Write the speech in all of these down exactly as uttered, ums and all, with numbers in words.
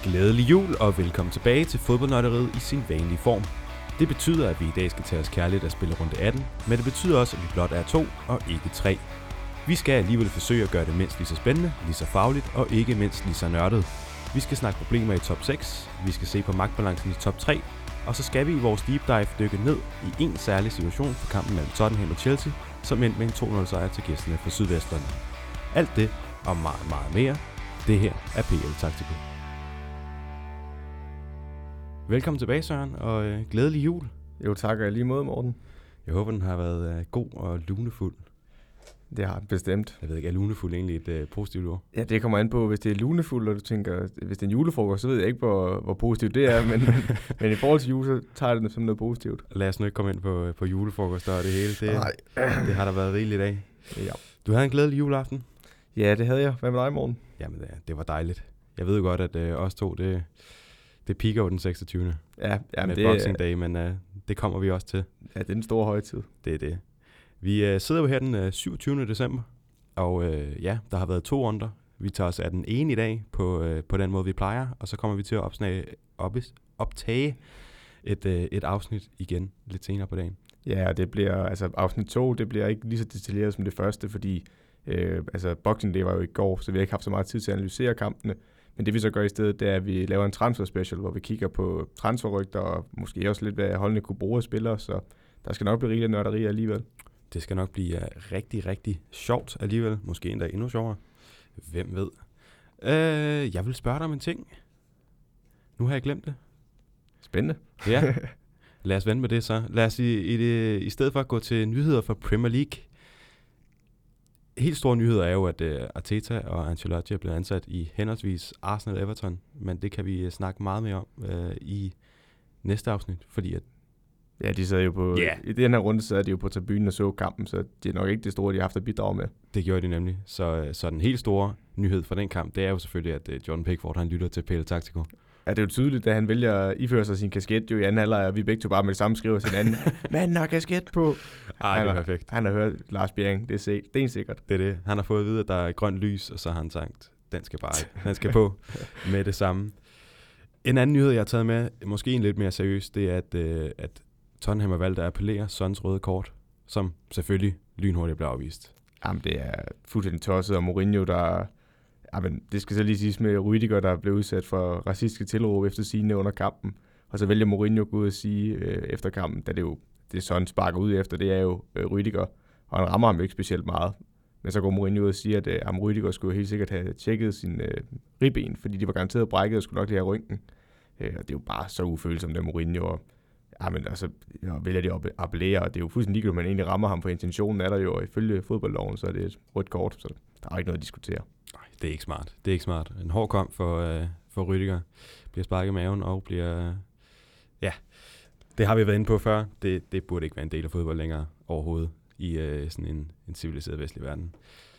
Glædelig jul og velkommen tilbage til fodboldnørderiet i sin vanlige form. Det betyder, at vi i dag skal tage os kærligt at spille runde atten, men det betyder også, at vi blot er to og ikke tre. Vi skal alligevel forsøge at gøre det mindst lige så spændende, lige så fagligt og ikke mindst lige så nørdet. Vi skal snakke problemer i top seks, vi skal se på magtbalancen i top tre, og så skal vi i vores deep dive dykke ned i en særlig situation for kampen mellem Tottenham og Chelsea, som endte med en to nul sejr til gæsterne fra Sydvestlondon. Alt det og meget, meget mere. Det her er P L Taktiko. Velkommen tilbage, Søren, og øh, glædelig jul. Jo, tak og lige måde, Morten. Jeg håber, den har været øh, god og lunefuld. Det har den bestemt. Jeg ved ikke, er lunefuld egentlig et øh, positivt ord? Ja, det kommer an på, hvis det er lunefuld, og du tænker, hvis det er en julefrokost, så ved jeg ikke, hvor, hvor positivt det er, men, men i forhold til jul, så tager jeg det som noget positivt. Lad os nu ikke komme ind på, på julefrokoster og det hele. Det, det har der været rigeligt af. Ja. Du havde en glædelig juleaften? Ja, det havde jeg. Hvad med dig, Morten? Jamen, det, det var dejligt. Jeg ved godt, at øh, os to, det, det piker jo den seksogtyvende Ja, jamen med det Boxing Day, men øh, det kommer vi også til. Ja, det er den store højtid. Det er det. Vi øh, sidder jo her den øh, syvogtyvende december, og øh, ja, der har været to runder. Vi tager os af den ene i dag på, øh, på den måde, vi plejer, og så kommer vi til at opsnage, op, optage et, øh, et afsnit igen lidt senere på dagen. Ja, det bliver, altså afsnit to, det bliver ikke lige så detaljeret som det første, fordi øh, altså Boxing Day var jo i går, så vi har ikke haft så meget tid til at analysere kampene. Men det vi så gør i stedet, det er, at vi laver en transfer special, hvor vi kigger på transferrygter og måske også lidt, hvad holdene kunne bruge af spillere, så der skal nok blive rigeligt nørderi alligevel. Det skal nok blive uh, rigtig, rigtig sjovt alligevel. Måske endda endnu sjovere. Hvem ved? Uh, jeg vil spørge dig om en ting. Nu har jeg glemt det. Spændende. Ja. Lad os vende med det så. Lad os i, i, det, i stedet for at gå til nyheder fra Premier League. Helt store nyheder er jo, at uh, Arteta og Ancelotti er blevet ansat i henholdsvis Arsenal og Everton. Men det kan vi uh, snakke meget mere om uh, i næste afsnit, fordi at Ja, de sad jo på, yeah. i den her runde sad de jo på tribunen og så kampen, så det er nok ikke det store, de har haft at bidrage med. Det gjorde de nemlig. Så, så den helt store nyhed fra den kamp, det er jo selvfølgelig, at uh, Jordan Pickford, han lytter til P L Taktiko. Ja, det er jo tydeligt, at han vælger at iføre sig sin kasket jo i anden halvleg, og vi begge to bare med det samme skriver til hinanden. Manden har kasket på. Ej, det er perfekt. Han har hørt Lars Bjerring, det er, se, det er sikkert. Det er det. Han har fået at vide, at der er grønt lys, og så har han sagt, den skal bare ikke. Den skal på med det samme. En anden nyhed, jeg har taget med, måske en lidt mere seriøs, det er, at, uh, at Tottenham har valgt at appellere Sons røde kort, som selvfølgelig lynhurtigt bliver afvist. Jamen, det er fuldstændig tosset, og Mourinho, der... Jamen, det skal så lige siges med Rüdiger, der blev udsat for racistiske tilråb efter sigende under kampen. Og så vælger Mourinho at gå ud og sige øh, efter kampen, da det jo det Son sparker ud efter, det er jo øh, Rüdiger, og han rammer ham jo ikke specielt meget. Men så går Mourinho ud og siger, at øh, Rüdiger skulle helt sikkert have tjekket sin øh, ribben, fordi de var garanteret brækket og skulle nok lige have rynken. Øh, og det er jo bare så ufølsomt, det Mourinho. Og ja, men altså, ja, vælger de at appellere, og det er jo fuldstændig ligegyldigt, at man egentlig rammer ham, for intentionen er der jo, og ifølge fodboldloven, så er det et rødt kort, så der er ikke noget at diskutere. Nej, det er ikke smart. Det er ikke smart. En hård kamp for, øh, for Rüdiger. Bliver sparket i maven og bliver... Øh, ja, det har vi været inde på før. Det, det burde ikke være en del af fodbold længere overhovedet i øh, sådan en, en civiliseret vestlig verden.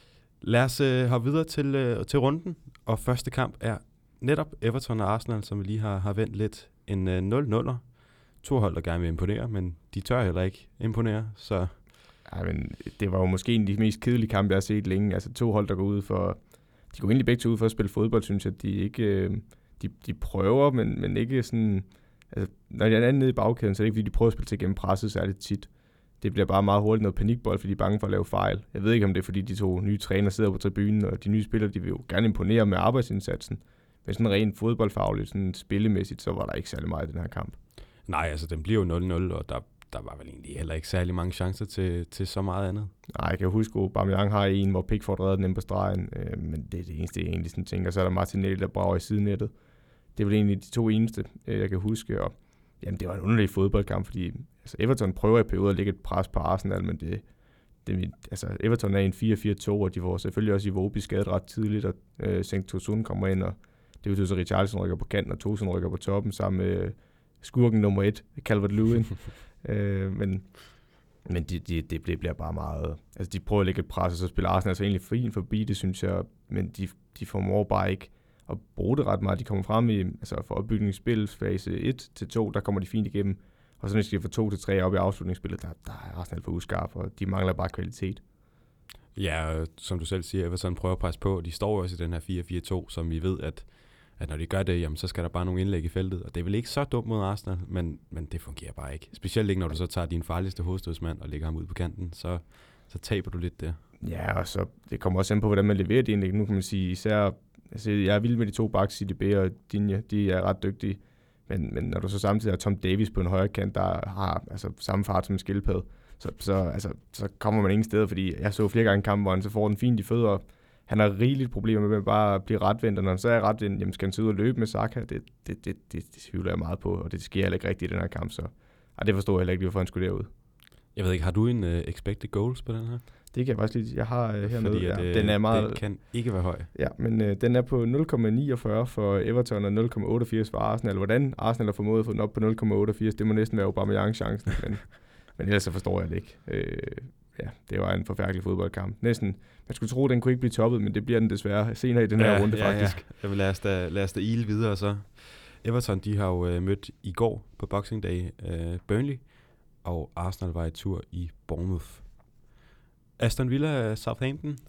Lad os øh, hoppe videre til, øh, til runden, og første kamp er netop Everton og Arsenal, som vi lige har, har vendt lidt. En øh, nul nuller. To hold, der gerne vil imponere, men de tør heller ikke imponere, så... Ja, men det var jo måske en af de mest kedelige kampe, jeg har set længe. Altså to hold, der går ud for... De går egentlig begge to ud for at spille fodbold, synes jeg. De ikke... De, de prøver, men, men ikke sådan... Altså, når de er nede i bagkæden, så er det ikke, fordi de prøver at spille til gennem presset særligt tit. Det bliver bare meget hurtigt noget panikbold, fordi de er bange for at lave fejl. Jeg ved ikke, om det er, fordi de to nye trænere sidder på tribunen, og de nye spillere, de vil jo gerne imponere med arbejdsindsatsen. Men sådan rent fodboldfagligt, sådan spillemæssigt, så var der ikke særlig meget i den her kamp. Nej, altså den bliver jo nul nul, og der, der var vel egentlig heller ikke særlig mange chancer til, til så meget andet. Nej, jeg kan huske, at Aubameyang har en, hvor Pickford redder den ind på stregen, øh, men det er det eneste, jeg egentlig sådan tænker. Så er der Martinelli, der brager i sidenettet. Det er vel egentlig de to eneste, øh, jeg kan huske, og jamen, det var en underlig fodboldkamp, fordi altså, Everton prøver i perioder at lægge et pres på Arsenal, men det, det altså, Everton er i en fire fire to, og de får selvfølgelig også Iwobi skadet ret tidligt, og øh, Cenk Tosun kommer ind, og det betyder så, at Richarlison rykker på kanten, og Tosun rykker på toppen sammen med øh, skurken nummer et, Calvert-Lewin. øh, men men det de, de, de bliver bare meget... Altså, de prøver at lægge et pres, og så spiller Arsenal altså egentlig fint forbi, det synes jeg, men de, de formår bare ikke at bruge det ret meget. De kommer frem i, altså for opbygningsspil, fase et til to, der kommer de fint igennem, og så når de skal fra to til tre op i afslutningsspillet, der, der er Arsenal for uskarp, og de mangler bare kvalitet. Ja, som du selv siger, Everton prøver at presse på. De står også i den her fire fire to, som vi ved, at at når de gør det, jamen, så skal der bare nogle indlæg i feltet. Og det er vel ikke så dumt mod Arsenal, men, men det fungerer bare ikke. Specielt ikke, når du så tager din farligste hovedstødsmand og lægger ham ud på kanten, så, så taber du lidt der. Ja, og så det kommer også an på, hvordan man leverer det indlæg. Nu kan man sige især, altså jeg er vild med de to backs, C D B og Digne, de er ret dygtige. Men, men når du så samtidig har Tom Davies på en højre kant, der har altså, samme fart som en skildpadde, så, så, altså, så kommer man ingen steder, fordi jeg så flere gange kampen, hvor han så får den fint i fødder. Han har rigeligt problemer med at bare blive retvendt, og når han så er retvendt, jamen skal han så ud og løbe med Saka. Det, det, det, det, det tvivler jeg meget på, og det sker heller ikke rigtigt i den her kamp, så ej, det forstår jeg heller ikke, hvorfor han skulle derud. Jeg ved ikke, har du en uh, expected goals på den her? Det kan jeg faktisk lige. Jeg har uh, hernede. Fordi at, ja, den er meget. Den kan ikke være høj. Ja, men uh, den er på nul komma niogfyrre for Everton og nul komma otteogfirs for Arsenal. Hvordan Arsenal har formået at få den op på nul komma otteogfirs, det må næsten være Aubameyang-chancen, men, men ellers så forstår jeg det ikke. Uh, ja, det var en forfærdelig fodboldkamp. Næsten. Man skulle tro, at den kunne ikke blive toppet, men det bliver den desværre senere i den her ja, runde ja, faktisk. Ja. Jeg vil lade os da, lade os da ile videre så. Everton, de har jo uh, mødt i går på Boxing Day uh, Burnley, og Arsenal var i tur i Bournemouth. Aston Villa Southampton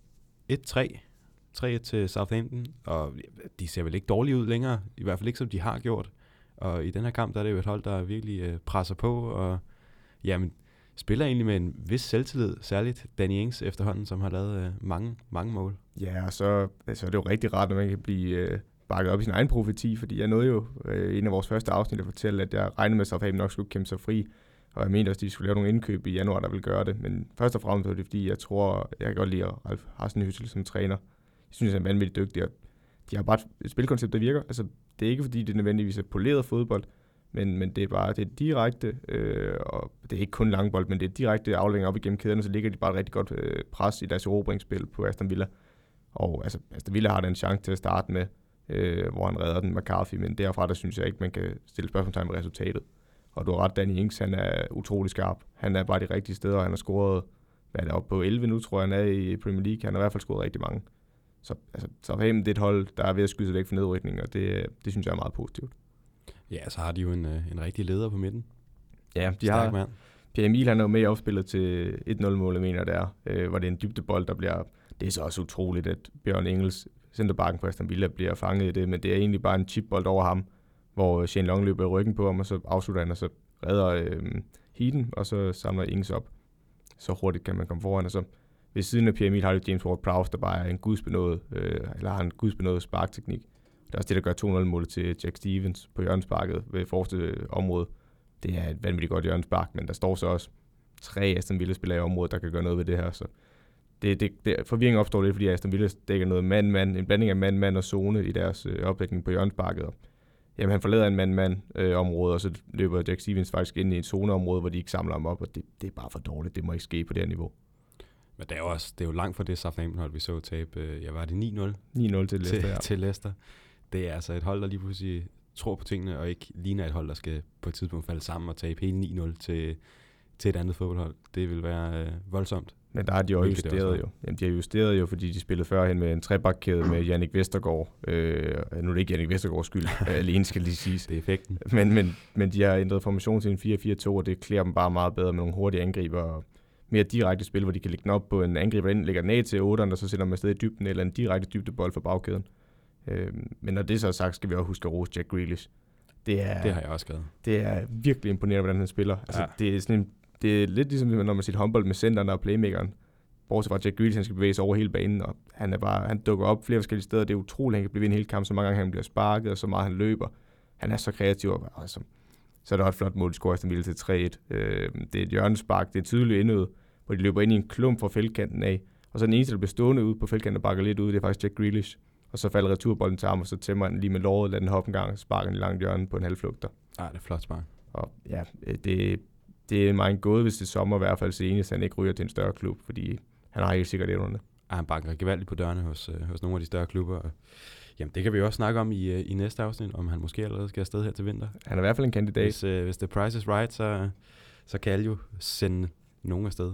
et tre. tre et til Southampton, og de ser vel ikke dårlige ud længere, i hvert fald ikke som de har gjort. Og i den her kamp, der er det jo et hold, der virkelig øh, presser på, og jamen, spiller egentlig med en vis selvtillid, særligt Danny Ings efterhånden, som har lavet øh, mange, mange mål. Ja, og så, så er det jo rigtig rart, når man kan blive øh, bakket op i sin egen profeti, fordi jeg nåede jo øh, en af vores første afsnit at fortælle, at jeg regnede med, at Southampton nok skulle kæmpe sig fri, og jeg mente også, at de skulle lave nogle indkøb i januar, der ville gøre det. Men først og fremmest var det, fordi jeg tror, jeg kan godt lide Ralf Hasenhüttl som træner. Jeg synes, han er vanvittigt dygtig, og de har bare et spilkoncept, der virker. Altså, det er ikke, fordi det nødvendigvis er poleret fodbold, men, men det er bare det er direkte, øh, og det er ikke kun langbold, men det er direkte aflægning op igennem kæderne, så ligger de bare et rigtig godt øh, pres i deres erobringsspil på Aston Villa. Og altså, Aston Villa har den chance til at starte med, øh, hvor han redder den McCarthy, men derfra, der synes jeg ikke, man kan stille spørgsmålstegn med resultatet. Og du har ret, Danny Ings, han er utrolig skarp. Han er bare de rigtige steder, og han har scoret, hvad er det, op på elleve nu, tror jeg, han er i Premier League. Han har i hvert fald scoret rigtig mange. Så altså, Southampton, det er et hold, der er ved at skyde sig væk for nedrykning, og det, det synes jeg er meget positivt. Ja, så har de jo en, en rigtig leder på midten. Ja, de Stærk har... mand. Pierre Emil, han er jo med i opspillet til et nul-målet, mener jeg, der, øh, hvor det er en dybdebold, der bliver... Det er så også utroligt, at Bjørn Engels, centerbacken på Aston Villa, bliver fanget i det, men det er egentlig bare en chipbold over ham, hvor Shane Long løber i ryggen på ham, og så afslutter han, og så redder øh, Heaton, og så samler Ings op. Så hurtigt kan man komme foran, og så ved siden af Pierre Emil har det James Ward-Prowse, der bare er en gudsbenået, øh, eller har en gudsbenået sparkteknik. Det er også det, der gør to nul-målet til Jack Stevens på hjørnesparket ved forreste område. Det er et vanvittigt godt hjørnespark, men der står så også tre Aston Villa-spillere i området, der kan gøre noget ved det her, så det, det, det, forvirring opstår lidt, fordi Aston Villa dækker noget mand-mand, en blanding af mand-mand og zone i deres øh, opdækning på hjørnesparket. Jamen, han forlader en mand-mand-område, øh, og så løber Jack Stevens faktisk ind i et zoneområde, hvor de ikke samler ham op, og det, det er bare for dårligt. Det må ikke ske på det her niveau. Men det er jo også det er jo langt fra det Southampton-hold, vi så tabe. Øh, ja, var det ni nul? ni nul til Leicester, til, ja. til Leicester. Det er altså et hold, der lige pludselig tror på tingene, og ikke ligner et hold, der skal på et tidspunkt falde sammen og tabe hele ni nul til, til et andet fodboldhold. Det vil være øh, voldsomt. Men der har de jo justeret jo. Jamen, de har justeret jo, fordi de spillede førhen med en trebakkæde med Jannik Vestergaard. Øh, nu er det ikke Jannik Vestergaards skyld, alene skal lige siges. Det er effekten. Men, men, men de har ændret formation til en fire fire to, og det klæder dem bare meget bedre med nogle hurtige angriber og mere direkte spil, hvor de kan lægge den op på en angriber, der lægger den af til otteren, og så sætter man afsted i dybden, eller en direkte dybdebold for bagkæden. Øh, men når det så er sagt, skal vi også huske at rose Jack Grealish. Det, er, det har jeg også skrevet. Det er virkelig imponerende, hvordan han spiller. Altså, ja. det er sådan en Det er lidt ligesom, når man siger håndbold med centeren og playmakeren. Bortset fra Jack Grealish, han skal bevæge sig over hele banen, og han, er bare, han dukker op flere forskellige steder. Det er utroligt, han kan blive ved en hel kamp, så mange gange han bliver sparket, og så meget han løber. Han er så kreativ, og altså, så er der et flot mål, de scorer Aston Villa til tre et. Øh, det er et hjørnespark, det er tydeligt indød, hvor de løber ind i en klump fra feltkanten af, og så den eneste, der bliver stående ude på feltkanten og bakker lidt ud, det er faktisk Jack Grealish. Og så falder returbolden til ham, og så tæmmer han lige med låret, lader den hoppe en gang, og sparker den i langt hjørne på en halvflugter. Ja, det er flot spark. Og ja, det Det er meget en gåde, hvis det sommer i hvert fald senest, han ikke ryger til en større klub, fordi han har helt sikkert evnerne. Ja, han banker gevaldigt på dørene hos, øh, hos nogle af de større klubber. Jamen, det kan vi også snakke om i, øh, i næste afsnit, om han måske allerede skal afsted her til vinter. Han er i hvert fald en kandidat. Hvis, øh, hvis the price is right, så, så kan alle jo sende nogen afsted.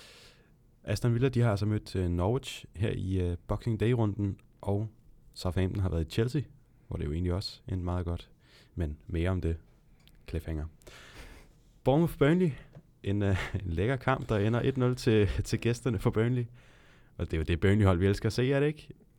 Aston Villa, de har altså mødt øh, Norwich her i øh, Boxing Day-runden, og Southampton har været i Chelsea, hvor det jo egentlig også endte meget godt. Men mere om det. Cliffhanger. Bournemouth Burnley, en, uh, en lækker kamp, der ender et nul til, til gæsterne for Burnley. Og det er jo det Burnley-hold, vi elsker at se, er det ikke?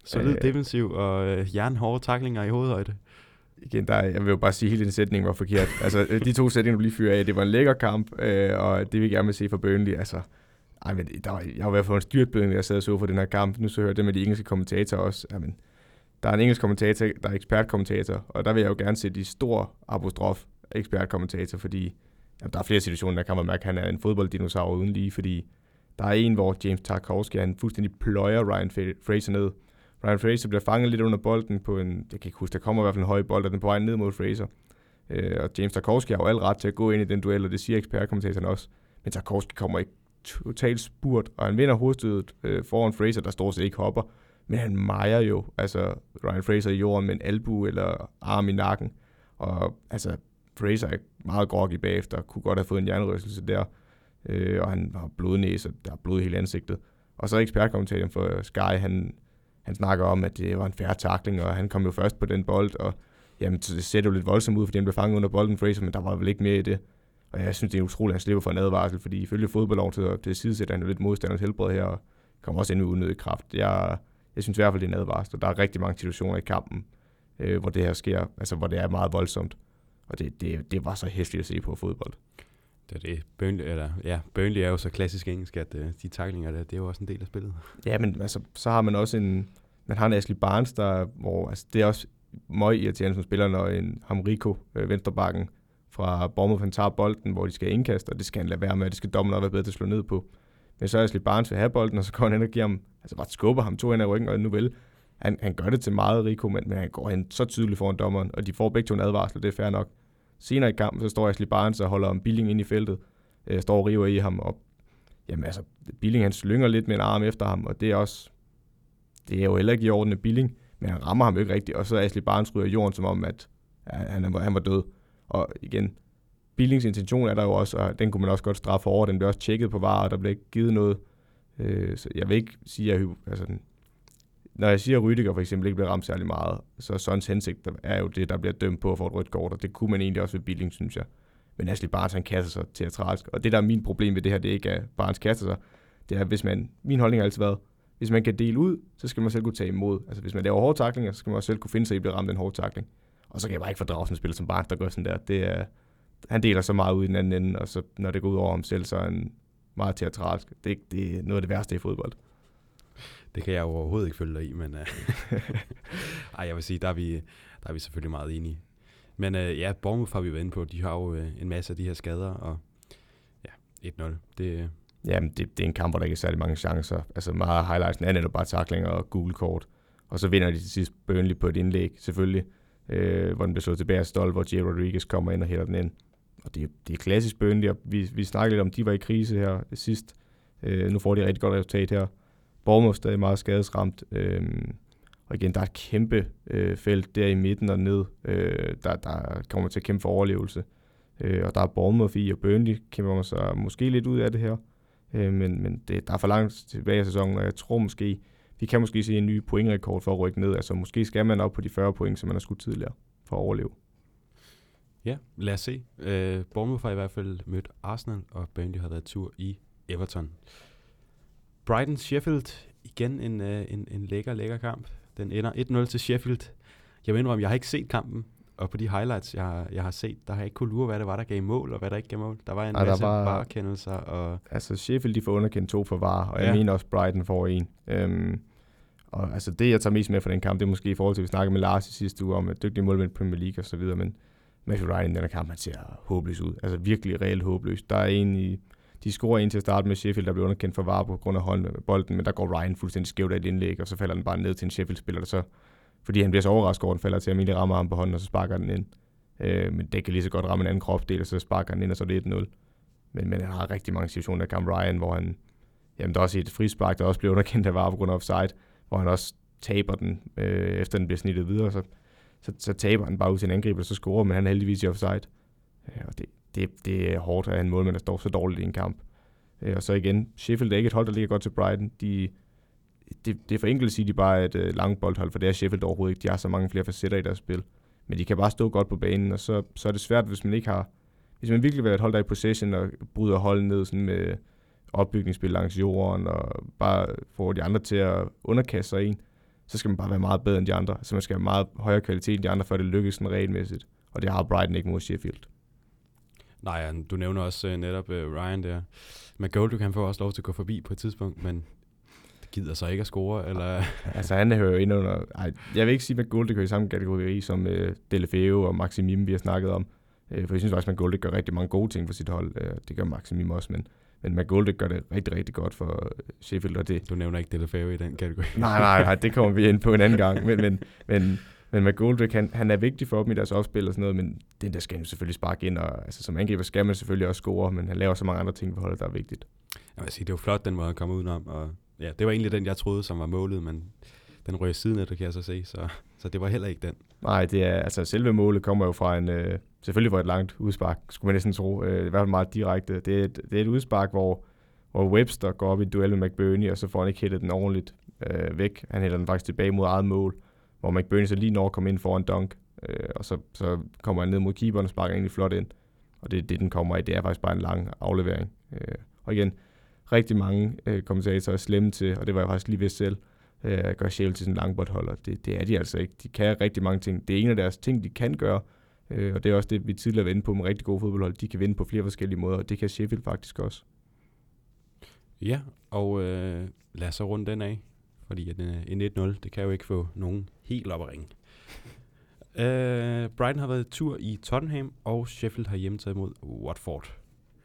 Solid øh, defensiv og øh, jernhårde tacklinger i hovedhøjde. Igen, der, jeg vil jo bare sige, at hele den sætning var forkert. Altså, de to sætninger, du lige fyrer af, det var en lækker kamp, øh, og det vi gerne vil se for Burnley, altså, ej, men der var, jeg var i hvert fald en styrtblødning, jeg sad og så for den her kamp. Nu så hører jeg det med de engelske kommentatorer også. Jamen, der er en engelsk kommentator, der er ekspertkommentator, og der vil jeg jo gerne se de store apostrof ekspertkommentator, fordi jamen, der er flere situationer, der kan man mærke, at han er en fodbolddinosaur uden lige, fordi der er en, hvor James Tarkowski, han fuldstændig pløjer Ryan Fraser ned. Ryan Fraser bliver fanget lidt under bolden på en, jeg kan ikke huske, der kommer i hvert fald en høj bold, og den på vej ned mod Fraser. Øh, og James Tarkowski har jo al ret til at gå ind i den duel, og det siger ekspertkommentatoren også. Men Tarkowski kommer ikke totalt spurt, og han vinder hovedstødet øh, foran Fraser, der står sig ikke hopper. Men han mejer jo, altså Ryan Fraser i jorden med en albu eller arm i nakken. Og altså, Fraser er meget groggy bagefter, kunne godt have fået en hjernerystelse der. Øh, og han har blodnæse, der er blod i hele ansigtet. Og så er ekspertkommentatoren for Sky, han, han snakker om, at det var en fair tackling, og han kom jo først på den bold, og jamen, det ser jo lidt voldsomt ud, fordi han blev fanget under bolden, Fraser, men der var vel ikke mere i det. Og jeg synes, det er utroligt, at han slipper for en advarsel, fordi ifølge fodboldloven til det sidesætter han jo lidt modstanders helbred her, og kommer også ind med unødig kraft. Jeg, jeg synes i hvert fald, det er en advarsel, og der er rigtig mange situationer i kampen, øh, hvor det her sker, altså hvor det er meget voldsomt. Og det, det, det var så hæftigt at se på fodbold. Det er det. Burnley, eller, ja, Burnley er jo så klassisk engelsk, at uh, de tacklinger der, det er jo også en del af spillet. Ja, men altså, så har man også en, man har en Ashley Barnes, der, hvor altså, det er også meget irriterende som spiller, når en Hamrico, øh, venstrebakken fra Bournemouth, han tager bolden, hvor de skal indkaste, og det skal han lade være med, det skal dommeren være bedre til at slå ned på. Men så er Ashley Barnes vil have bolden, og så går han hen og giver ham, altså bare skubber ham to hen ad ryggen, og nu vel, han, han gør det til meget Rico, men, men han går hen så tydeligt foran dommeren, og de får begge to en advarsel, det er fair nok. Senere i kampen, så står Ashley Barnes og holder om Billing ind i feltet, øh, står og river i ham, og jamen altså, Billing han slynger lidt med en arm efter ham, og det er også, det er jo heller ikke i orden af Billing, men han rammer ham jo ikke rigtigt, og så Ashley Barnes ryger i jorden, som om, at ja, han, han var død. Og igen, Billings intention er der jo også, og den kunne man også godt straffe over, den bliver også tjekket på V A R, og der bliver ikke givet noget, øh, så jeg vil ikke sige, at altså, når jeg siger, at Rüdiger for eksempel ikke bliver ramt særlig meget, så Sons hensigt er jo det, der bliver dømt på for et rødt kort, og det kunne man egentlig også ved Billing, synes jeg. Men Ashley Barnes, han kaster sig teatralsk, og det, der er min problem ved det her, det er ikke, at Barnes kaster sig, det er, hvis man, min holdning har altid været, hvis man kan dele ud, så skal man selv kunne tage imod. Altså hvis man laver hårde tacklinger, så skal man også selv kunne finde sig i at blive ramt af en hård tackling. Og så kan jeg bare ikke fordrage sådan en spiller som Barnes, der gør sådan der. Det er, han deler så meget ud i den anden ende, og så når det går ud over ham selv, så er han meget teatralsk. Det, det er noget af det værste i fodbold. Det kan jeg jo overhovedet ikke følge dig i, men uh, ej, jeg vil sige, der er vi, der er vi selvfølgelig meget enige. Men uh, ja, Bournemouth har vi været inde på, de har jo uh, en masse af de her skader, og ja, et nul. Det, Jamen, det, det er en kamp, hvor der ikke er særlig mange chancer. Altså meget af highlightsen er netop bare tacklinger og gule kort. Og så vinder de til sidst Burnley på et indlæg, selvfølgelig, øh, hvor den bliver slået tilbage af Stoll, hvor Jay Rodriguez kommer ind og hætter den ind. Og det, det er klassisk Burnley, og vi, vi snakkede lidt om, de var i krise her sidst. Øh, nu får de et rigtig godt resultat her. Bournemouth er meget skadesramt. Øh, og igen, der er et kæmpe øh, felt der i midten og ned, øh, der, der kommer til at kæmpe for overlevelse. Øh, og der er Bournemouth i, og Burnley kæmper sig måske lidt ud af det her. Øh, men men det, der er for langt tilbage i sæsonen, og jeg tror måske, vi kan måske se en ny pointrekord for at rykke ned. Altså måske skal man op på de fyrre point, som man har skudt tidligere, for at overleve. Ja, lad os se. Uh, Bournemouth har i hvert fald mødt Arsenal, og Burnley har været tur i Everton. Brighton Sheffield, igen en, uh, en, en lækker, lækker kamp. Den ender et nul til Sheffield. Jeg vil indrømme, jeg har ikke set kampen, og på de highlights, jeg har, jeg har set, der har jeg ikke kunnet lure, hvad det var, der gav mål, og hvad der ikke gav mål. Der var en Ej, masse var, varekendelser. Og altså Sheffield, de får underkendt to for V A R, og ja. Jeg mener også, Brighton får en. Øhm, og altså det, jeg tager mest med fra den kamp, det er måske i forhold til, at vi snakkede med Lars i sidste uge om, at dygtige målmænd i Premier League og så videre, men Matthew Ryan i den her kamp, han ser håbløs ud. Altså virkelig reelt håbløs. Der er en i, de scorer en til at starte med Sheffield, der bliver underkendt for V A R på grund af hånden med bolden, men der går Ryan fuldstændig skævt af et indlæg, og så falder den bare ned til en Sheffield-spiller, der så, fordi han bliver så overrasket over, den falder til, at Amelie rammer ham på hånden, og så sparker den ind. Øh, men det kan lige så godt ramme en anden kropsdel, og så sparker han ind, og så er det et nul. Men, men han har rigtig mange situationer, der kan Ryan, hvor han, jamen der er også et frispark, der også bliver underkendt af V A R på grund af offside, hvor han også taber den, øh, efter den bliver snittet videre, så, så, så taber han bare ud til en angriber, og så scorer, men han er heldigvis i offside. Øh, og det, det, det er hårdt at have en målmand, der står så dårligt i en kamp. Øh, og så igen, Sheffield er ikke et hold, der ligger godt til Brighton. De, det, det er for enkelt at sige, at de bare er et øh, langt boldhold, for det er Sheffield overhovedet ikke. De har så mange flere facetter i deres spil. Men de kan bare stå godt på banen, og så, så er det svært, hvis man ikke har... Hvis man virkelig vil have et hold, der er i possession og bryder holdet ned sådan med opbygningsspil langs jorden, og bare får de andre til at underkaste sig en, så skal man bare være meget bedre end de andre. Så man skal have meget højere kvalitet end de andre, før det lykkes sådan regelmæssigt. Og det har Brighton ikke mod Sheffield. Nej, du nævner også uh, netop uh, Ryan der. McGoldrick, han får også lov til at gå forbi på et tidspunkt, men det gider så ikke at score, eller... altså, han hører jo ind under... Ej, jeg vil ikke sige, at McGoldrick hører i samme kategori som uh, Deulofeu og Maximim, vi har snakket om. Uh, for jeg synes faktisk, at McGoldrick gør rigtig mange gode ting for sit hold. Uh, det gør Maximim også, men, men McGoldrick gør det rigtig, rigtig godt for Sheffield, og det... Du nævner ikke Deulofeu i den kategori. nej, nej, nej, det kommer vi ind på en anden gang, men... men, men Men McGoldrick, han, han er vigtig for dem i deres opspil og sådan noget, men den der skal han jo selvfølgelig sparke ind, og altså, som angriber skal man selvfølgelig også score, men han laver så mange andre ting for holdet, der er vigtigt. Jeg vil sige, det er jo flot, den måde at komme udenom, og ja, det var egentlig den, jeg troede, som var målet, men den røg siden af det, kan jeg så se, så, så det var heller ikke den. Nej, det er, altså selve målet kommer jo fra en, øh, selvfølgelig fra et langt udspark, skulle man næsten tro, øh, i hvert fald meget direkte. Det er et, det er et udspark, hvor, hvor Webster går op i et duel med McBurney, og så får han ikke hittet den ordentligt øh, væk. Han hætter den faktisk tilbage mod eget mål, hvor McBurney så lige når at komme ind foran dunk, øh, og så, så kommer han ned mod keeperen og sparker egentlig flot ind. Og det er det, den kommer i. Det er faktisk bare en lang aflevering. Øh, og igen, rigtig mange øh, kommentatorer er slemme til, og det var jeg faktisk lige ved selv, øh, at gøre Sheffield til sådan en langboldholder. Det, det er de altså ikke. De kan rigtig mange ting. Det er en af deres ting, de kan gøre, øh, og det er også det, vi tidligere var inde på med rigtig gode fodboldhold. De kan vinde på flere forskellige måder, og det kan Sheffield faktisk også. Ja, og øh, lad os så runde den af. Fordi at en et nul, det kan jo ikke få nogen helt op at ringe. uh, Brighton har været tur i Tottenham, og Sheffield har hjemmetaget mod Watford.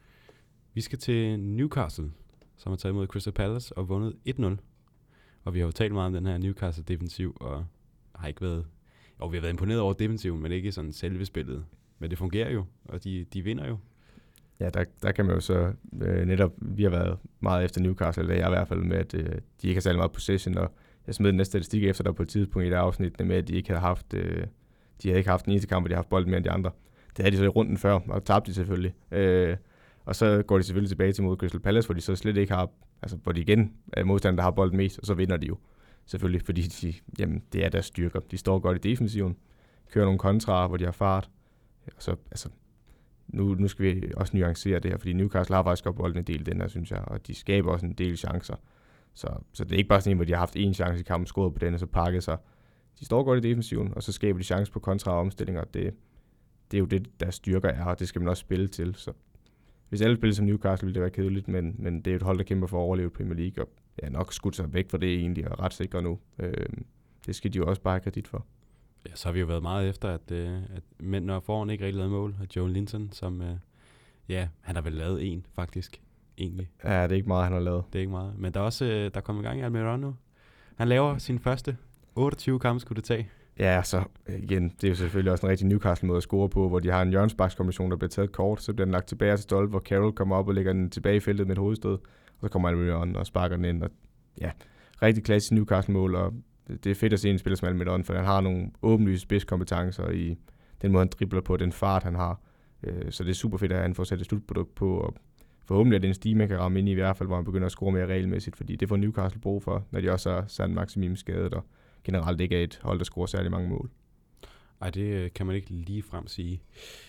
Vi skal til Newcastle, som har taget imod Crystal Palace og vundet et nul. Og vi har jo talt meget om den her Newcastle-defensiv, og har ikke været... Og vi har været imponeret over defensiven, men ikke sådan selve spillet. Men det fungerer jo, og de, de vinder jo. Ja, der, der kan man jo så øh, netop, vi har været meget efter Newcastle, eller jeg i hvert fald med, at øh, de ikke har særlig meget possession, og jeg smed den næste statistik efter der på et tidspunkt i det afsnit, med at de ikke havde haft, øh, de havde ikke haft en eneste kamp, hvor de har haft bolden mere end de andre. Det havde de så i runden før, og tabte de selvfølgelig. Øh, og så går de selvfølgelig tilbage til mod Crystal Palace, hvor de så slet ikke har, altså hvor de igen er modstandere, der har bolden mest, og så vinder de jo. Selvfølgelig, fordi de, jamen, det er deres styrker. De står godt i defensiven, kører nogle kontraer, hvor de har fart, og så, altså, Nu, nu skal vi også nuancere det her, fordi Newcastle har faktisk godt bolden en del den her, synes jeg, og de skaber også en del chancer. Så, så det er ikke bare sådan en, hvor de har haft én chance i kampen, scoret på den, og så pakket sig. De står godt i defensiven, og så skaber de chancer på kontra og omstillinger. Det, det er jo det, deres styrker er, og det skal man også spille til. Så hvis alle spiller som Newcastle, ville det være kedeligt, men, men det er et hold, der kæmper for at overleve Premier League, og ja, nok skudt sig væk fra det egentlig, og ret sikre nu. Øh, det skal de jo også bare have kredit for. Ja, så har vi jo været meget efter, at, øh, at mændene og foran ikke rigtig lavet mål. Og Joe Linton, som, øh, ja, han har vel lavet en, faktisk, egentlig. Ja, det er ikke meget, han har lavet. Det er ikke meget. Men der er også, øh, der er kommet i gang i Almiron nu. Han laver sin første otteogtyve kampe, skulle det tage. Ja, så igen, det er jo selvfølgelig også en rigtig Newcastle-måde at score på, hvor de har en hjørnesparkskombination, der bliver taget kort, så bliver den lagt tilbage til stolpe, hvor Carroll kommer op og lægger den tilbage i feltet med et hovedstød, og så kommer Almiron og sparker den ind. Og, ja, rigtig klassisk Newcastle-mål, og det er fedt at se en spiller som Almiron, for han har nogle åbenlyse spidskompetencer i den måde, han dribler på, den fart, han har. Så det er super fedt, at han får sat et slutprodukt på, og forhåbentlig er det en stige, man kan ramme ind i, i hvert fald, hvor han begynder at score mere regelmæssigt, fordi det får Newcastle brug for, når de også er San Maximim skadet, og generelt ikke er et hold, der scorer særlig mange mål. Ej, det kan man ikke lige frem sige.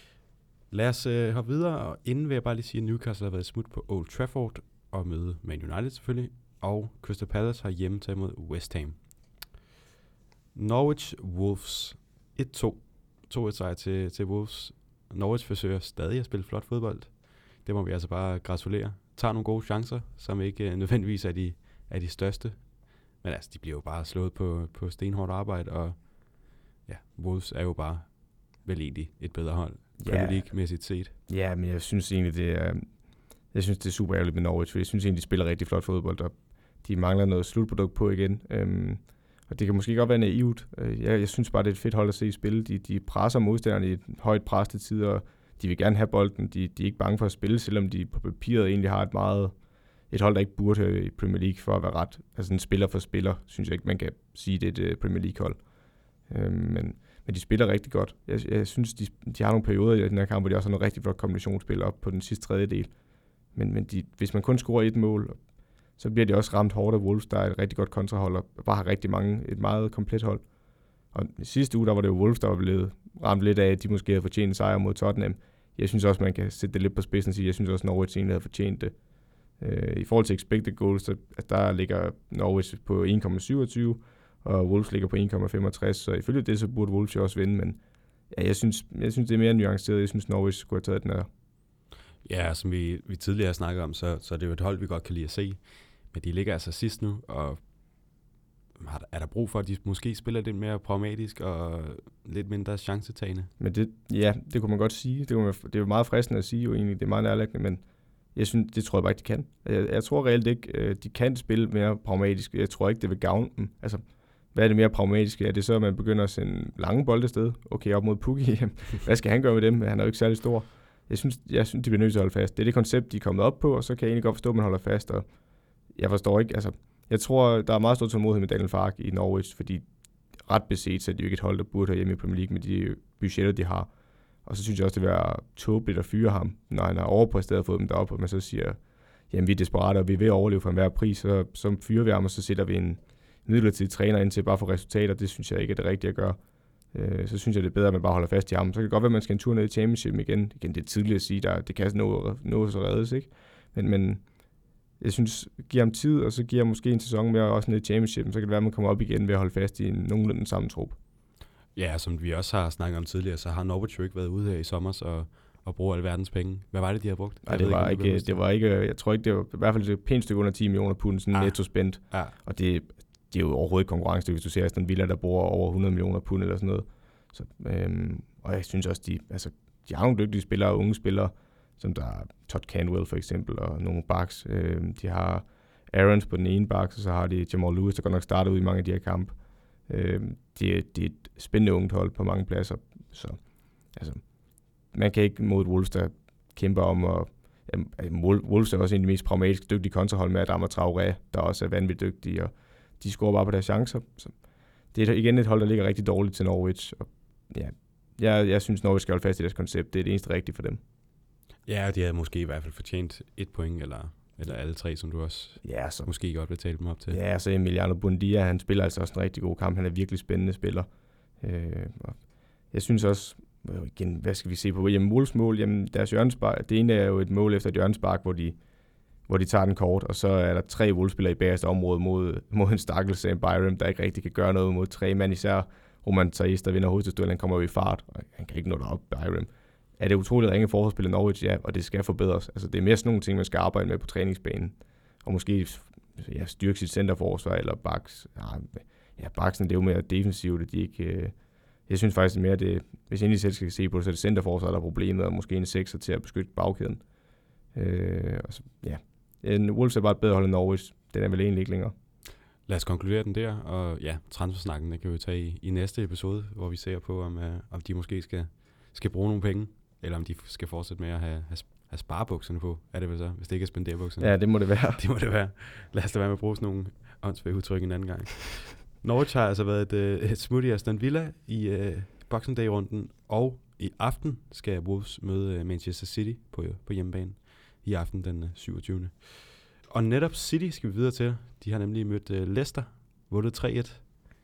Lad os øh, hoppe videre, og inden vil jeg bare lige sige, at Newcastle har været smut på Old Trafford og møde Man United selvfølgelig, og Crystal Palace har hjemme taget mod West Ham. Norwich Wolves et to. to et sejr til, til Wolves. Norwich forsøger stadig at spille flot fodbold. Det må vi altså bare gratulere. Tager nogle gode chancer, som ikke øh, nødvendigvis er de, er de største. Men altså, de bliver jo bare slået på, på stenhårdt arbejde, og ja, Wolves er jo bare vel egentlig et bedre hold, Premier League-mæssigt set. Ja, men jeg synes egentlig, det er, jeg synes, det er super ærgerligt med Norwich, for jeg synes egentlig, de spiller rigtig flot fodbold, og de mangler noget slutprodukt på igen. Øhm, og det kan måske godt være naivt. Jeg, jeg synes bare, det er et fedt hold at se i spil. De, de presser modstanderne i et højt pres til tider, og de vil gerne have bolden. De, de er ikke bange for at spille, selvom de på papiret egentlig har et meget et hold, der ikke burde høre i Premier League for at være ret. Altså en spiller for spiller, synes jeg ikke, man kan sige, det er et Premier League-hold. Øhm, men, men de spiller rigtig godt. Jeg, jeg synes, de, de har nogle perioder i den her kamp, hvor de også har nogle rigtig flot kombinationsspil op på den sidste tredjedel. Men, men de, hvis man kun scorer et mål, så bliver de også ramt hårdt af Wolves, der er et rigtig godt kontrahold, og bare har rigtig mange, et meget komplet hold. Og i sidste uge, der var det jo Wolves, der var blevet ramt lidt af, at de måske havde fortjent en sejr mod Tottenham. Jeg synes også, man kan sætte det lidt på spidsen og sige, jeg synes også, Norwich egentlig havde fortjent det. Uh, I forhold til expected goals, så, at der ligger Norwich på en komma syvogtyve, og Wolves ligger på en komma femogtres, så ifølge det, så burde Wolves jo også vinde, men ja, jeg synes, jeg synes det er mere nuanceret. Jeg synes, Norwich skulle have taget den her. Ja, som vi, vi tidligere har snakket om, så, så er det jo et hold, vi godt kan lide at se, men de ligger altså sidst nu, og er der brug for, at de måske spiller lidt mere pragmatisk og lidt mindre chancetagende? Men det, ja, det kunne man godt sige. Det, kunne man, det er jo meget fristende at sige jo egentlig. Det er meget nærliggende, men jeg synes, det tror jeg bare ikke, de kan. Jeg, jeg tror reelt ikke, de kan spille mere pragmatisk. Jeg tror ikke, det vil gavne dem. Altså, hvad er det mere pragmatiske? Er det så, at man begynder at sende lange bolde afsted? Okay, op mod Pukki. Hvad skal han gøre med dem? Han er jo ikke særlig stor. Jeg synes, jeg synes, de bliver nødt til at holde fast. Det er det koncept, de er kommet op på, og så kan jeg egentlig godt forstå, at man holder fast. Og jeg forstår ikke, altså, jeg tror, der er meget stor tålmodighed med Daniel Farke i Norwich, fordi ret beset, så er de jo ikke et hold, der burde have hjemme i Premier League med de budgetter, de har. Og så synes jeg også, det vil være tåbeligt at fyre ham, når han har overpræsteret og fået dem derop, og man så siger, jamen vi er desperate, og vi er ved at overleve for enhver pris, så, så fyrer vi ham, og så sætter vi en midlertidig træner ind til bare for resultater. Det synes jeg ikke er det rigtige at gøre. Øh, så synes jeg, det er bedre, at man bare holder fast i ham. Så kan det godt være, at man skal en tur ned i Championship igen. Igen, det er tidligt at sige, der det kan nå, nå så reddes, ikke? Men, men jeg synes, giver ham tid, og så giver ham måske en sæson mere også ned i Championship, så kan det være, at man kommer op igen ved at holde fast i en nogenlunde samme trup. Ja, som vi også har snakket om tidligere, så har Norwich jo ikke været ude her i sommer og, og bruge alverdens penge. Hvad var det, de har brugt? Nej, det var ikke, det var ikke, jeg tror ikke, det var i hvert fald et pænt stykke under ti millioner pund, sådan ah. netto spændt. Ah. Og det, det er jo overhovedet ikke konkurrence, hvis du ser Aston Villa, der bruger over hundrede millioner pund eller sådan noget. Så, øhm, og jeg synes også, de, altså, de har nogle dygtige spillere, unge spillere, som der er Todd Cantwell for eksempel, og nogle backs. Øhm, de har Aarons på den ene back, og så har de Jamal Lewis, der godt nok starter ud i mange af de her kampe. Øhm, det, det er et spændende ungt hold på mange pladser. Så altså, man kan ikke mod Wolves, der kæmper om at... Jamen, Wolves er også en af de mest pragmatisk dygtige kontrahold med Adama Traoré, der også er vanvittigt dygtige, og de scorer bare på deres chancer. Så det er igen et hold, der ligger rigtig dårligt til Norwich. Og ja, jeg, jeg synes, Norwich skal holde fast i deres koncept. Det er det eneste rigtige for dem. Ja, de havde måske i hvert fald fortjent et point, eller, eller alle tre, som du også ja, så, måske godt vil tale dem op til. Ja, så Emiliano Buendia, han spiller altså også en rigtig god kamp. Han er virkelig spændende spiller. Øh, jeg synes også, igen, hvad skal vi se på? Jamen, Wolves mål, jamen, deres hjørnespark, det ene er jo et mål efter et hjørnespark, hvor de, hvor de tager den kort, og så er der tre Wolves-spillere i bagerste område mod, mod en stakkels Sam Byram, der ikke rigtig kan gøre noget mod tre mand, især Roman Thais, der vinder hovedstødstuellen, han kommer jo i fart, og han kan ikke nå derop, Byram. Er det utroligt ringe forsvarsspil i Norwich? Ja, og det skal forbedres. Altså, det er mere sådan nogle ting, man skal arbejde med på træningsbanen, og måske ja, styrke sit centerforsvar, eller backs. Ja, backsen, det er jo mere defensivt, de ikke... Øh, jeg synes faktisk mere, det, hvis jeg egentlig selv skal se på det, så er det centerforsvar, der er problemet, og måske en sekser til at beskytte bagkæden. Øh, og så, ja. En Wolves er bare et bedre hold end Norwich. Den er vel egentlig ikke længere. Lad os konkludere den der, og ja, transfersnakken, det kan vi tage i, i næste episode, hvor vi ser på, om, uh, om de måske skal, skal bruge nogle penge, eller om de skal fortsætte med at have, have, have sparebukserne på, er det vel så, hvis det ikke er spenderbukserne. Ja, det må det være. Det må det være. Lad os da være med at bruge sådan nogle åndsvære udtryk en anden gang. Norwich har altså været et, et smut i Aston Villa i uh, Boxing Day-runden, og i aften skal Wolves møde uh, Manchester City på, på hjemmebane. I aften den syvogtyvende Og netop City skal vi videre til. De har nemlig mødt uh, Leicester, vundet tre et.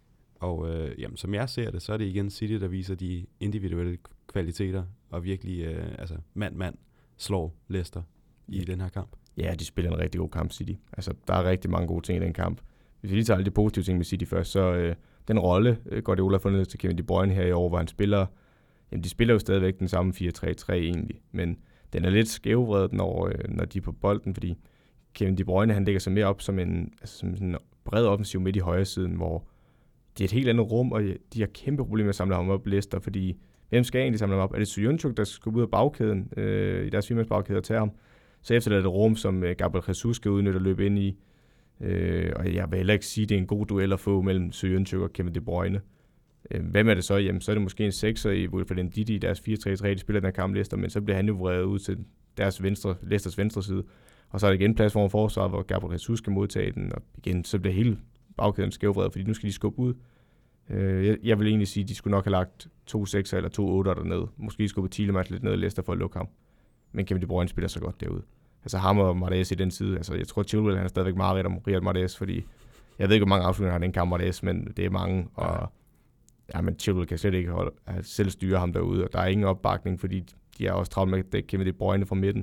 Og uh, jamen, som jeg ser det, så er det igen City, der viser de individuelle kvaliteter, og virkelig uh, altså, mand-mand slår Leicester i den her kamp. Ja, de spiller en rigtig god kamp, City. Altså, der er rigtig mange gode ting i den kamp. Hvis vi lige tager alle de positive ting med City først, så øh, den rolle, øh, Guardiola har fundet til Kevin De Bruyne her i år, hvor han spiller, jamen de spiller jo stadigvæk den samme fire tre tre egentlig, men den er lidt skævvredet, når, øh, når de er på bolden, fordi Kevin De Bruyne, han lægger sig mere op som en, altså som en bred offensiv midt i højre siden, hvor det er et helt andet rum, og de har kæmpe problemer med at samle ham op Leicester, fordi hvem skal egentlig samle ham op? Er det Söyüncü, der skal ud af bagkæden, øh, i deres firmands bagkæde og tage ham? Så efter det er det rum, som øh, Gabriel Jesus skal udnytte og løbe ind i. Øh, og jeg vil heller ikke sige, at det er en god duel at få mellem Söyüncü og Kevin De Bruyne. Øh, hvem er det så? Jamen, så er det måske en sekser i Wilfred Ndidi i deres fire tre tre, de spiller den her kamp Leicester, men så bliver han jo vredet ud til deres venstre, Leicesters venstre side. Og så er der igen plads foran forsvaret, hvor Gabriel Jesus skal modtage den, og igen, så bliver hele bagkæden skævvredet, fordi nu skal de skubbe ud. Øh, jeg, jeg vil egentlig sige, at de skulle nok have lagt to sekser eller to otter derned. Måske skubbe Tielemans lidt ned i Leicester for at lukke ham. Men Kevin De Bruyne spiller så godt derude. Altså ham og Mahrez i den side. Altså jeg tror, Chilwell han er stadigvæk meget ret om Riyad Mahrez, fordi jeg ved ikke, hvor mange afslutninger har den kamp Mahrez, men det er mange. Og ja, men Chilwell kan slet ikke holde, selv styre ham derude, og der er ingen opbakning, fordi de er også travlt med at dække Kevin De Bruyne fra midten.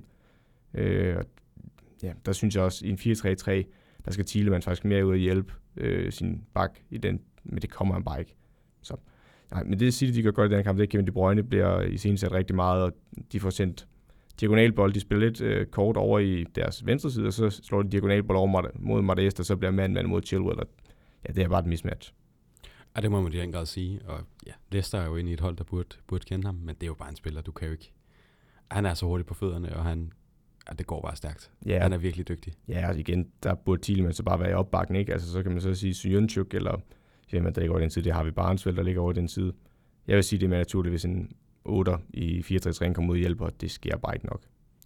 Øh, ja, der synes jeg også, i en fire tre tre, der skal Tielemans faktisk mere ud at hjælpe øh, sin bak i den men det kommer han bare ikke. Så, nej, men det City, de gør godt i den kamp, det er Kevin De Bruyne bliver i scenen sat rigtig meget, og de får sendt diagonalbold, de spiller lidt øh, kort over i deres venstre side, og så slår de diagonalbold over mod Mahrez, og så bliver mand-mand mod Chilwell, og ja, det er bare et mismatch. Ja, det må man i den grad sige, og ja, Leicester er jo inde i et hold, der burde, burde kende ham, men det er jo bare en spiller, du kan jo ikke. Han er så hurtig på fødderne, og han, ja, det går bare stærkt. Ja. Han er virkelig dygtig. Ja, og igen, der burde Tielemans så bare være i opbakken, ikke? Altså, så kan man så sige Sørenchuk, eller jamen, der ligger over den side, det har vi Barnesveld, der ligger over den side. Jeg vil sige, det er mere naturligt, hvis en otter i fire tre tre kommer ud og hjælper, og det sker bare ikke nok.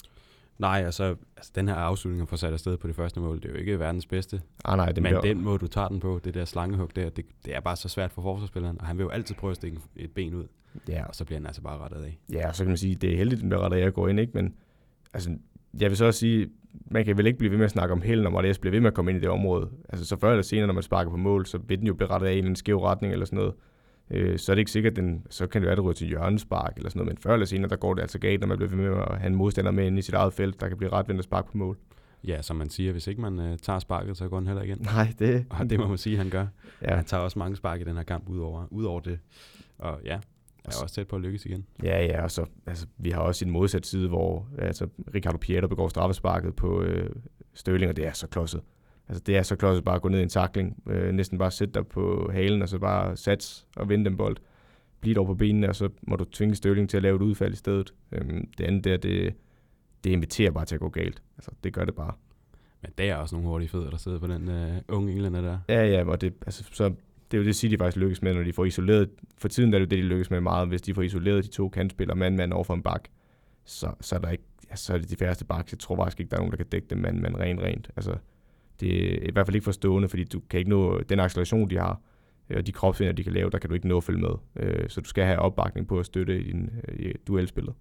Nej, altså, altså den her afslutning får sat afsted på det første mål, det er jo ikke verdens bedste. Ah, nej, den men bliver... den måde, du tager den på, det der slangehug der, det, det er bare så svært for forsvarsspilleren, og han vil jo altid prøve at stikke et ben ud, ja. Og så bliver han altså bare rettet af. Ja, og så kan man sige, det er heldigt, den bliver rettet af at gå ind, ikke? Men altså, jeg vil så også sige, man kan vel ikke blive ved med at snakke om held, når Mahrez bliver ved med at komme ind i det område. Altså, så før eller senere, når man sparker på mål, så vil den jo blive rettet af i en skæv retning eller sådan noget. Øh, så er det ikke sikkert, den, så kan det være, at det ryger til hjørnespark eller sådan noget, men før eller senere, der går det altså galt, når man bliver ved med at have en modstander med inde i sit eget felt, der kan blive retvendt og spark på mål. Ja, som man siger, hvis ikke man øh, tager sparket, så går den heller igen. Nej, det... Og det må man sige, han gør. Ja. Han tager også mange spark i den her kamp udover, udover det. Og ja, er også tæt på at lykkes igen. Ja, ja, og så, altså, vi har også en modsat side, hvor altså, Ricardo Pieter begår straffesparket på øh, Sterling, og det er så klodset. Altså, det er så klodset bare at gå ned i en tackling, øh, næsten bare sætte dig på halen, og så bare sats og vinde den bold. Bliv dog på benene, og så må du tvinge Sterling til at lave et udfald i stedet. Øhm, det andet der, det, det inviterer bare til at gå galt. Altså, det gør det bare. Men der er også nogle hurtige fødder, der sidder på den øh, unge englænder der. Ja, ja, og det, altså, så, det er jo det, City faktisk lykkes med, når de får isoleret. For tiden er det jo det, de lykkes med meget. Hvis de får isoleret de to kantspillere mand-mand over for en bak, så, så, er der ikke, altså, så er det de færreste bak. Jeg tror faktisk ikke, der er nogen, der kan dække dem mand-mand rent rent. Altså, det er i hvert fald ikke forstående, fordi du kan ikke nå den acceleration, de har, og de kropsvinder, de kan lave, der kan du ikke nå at følge med. Så du skal have opbakning på at støtte i din i duelspillet.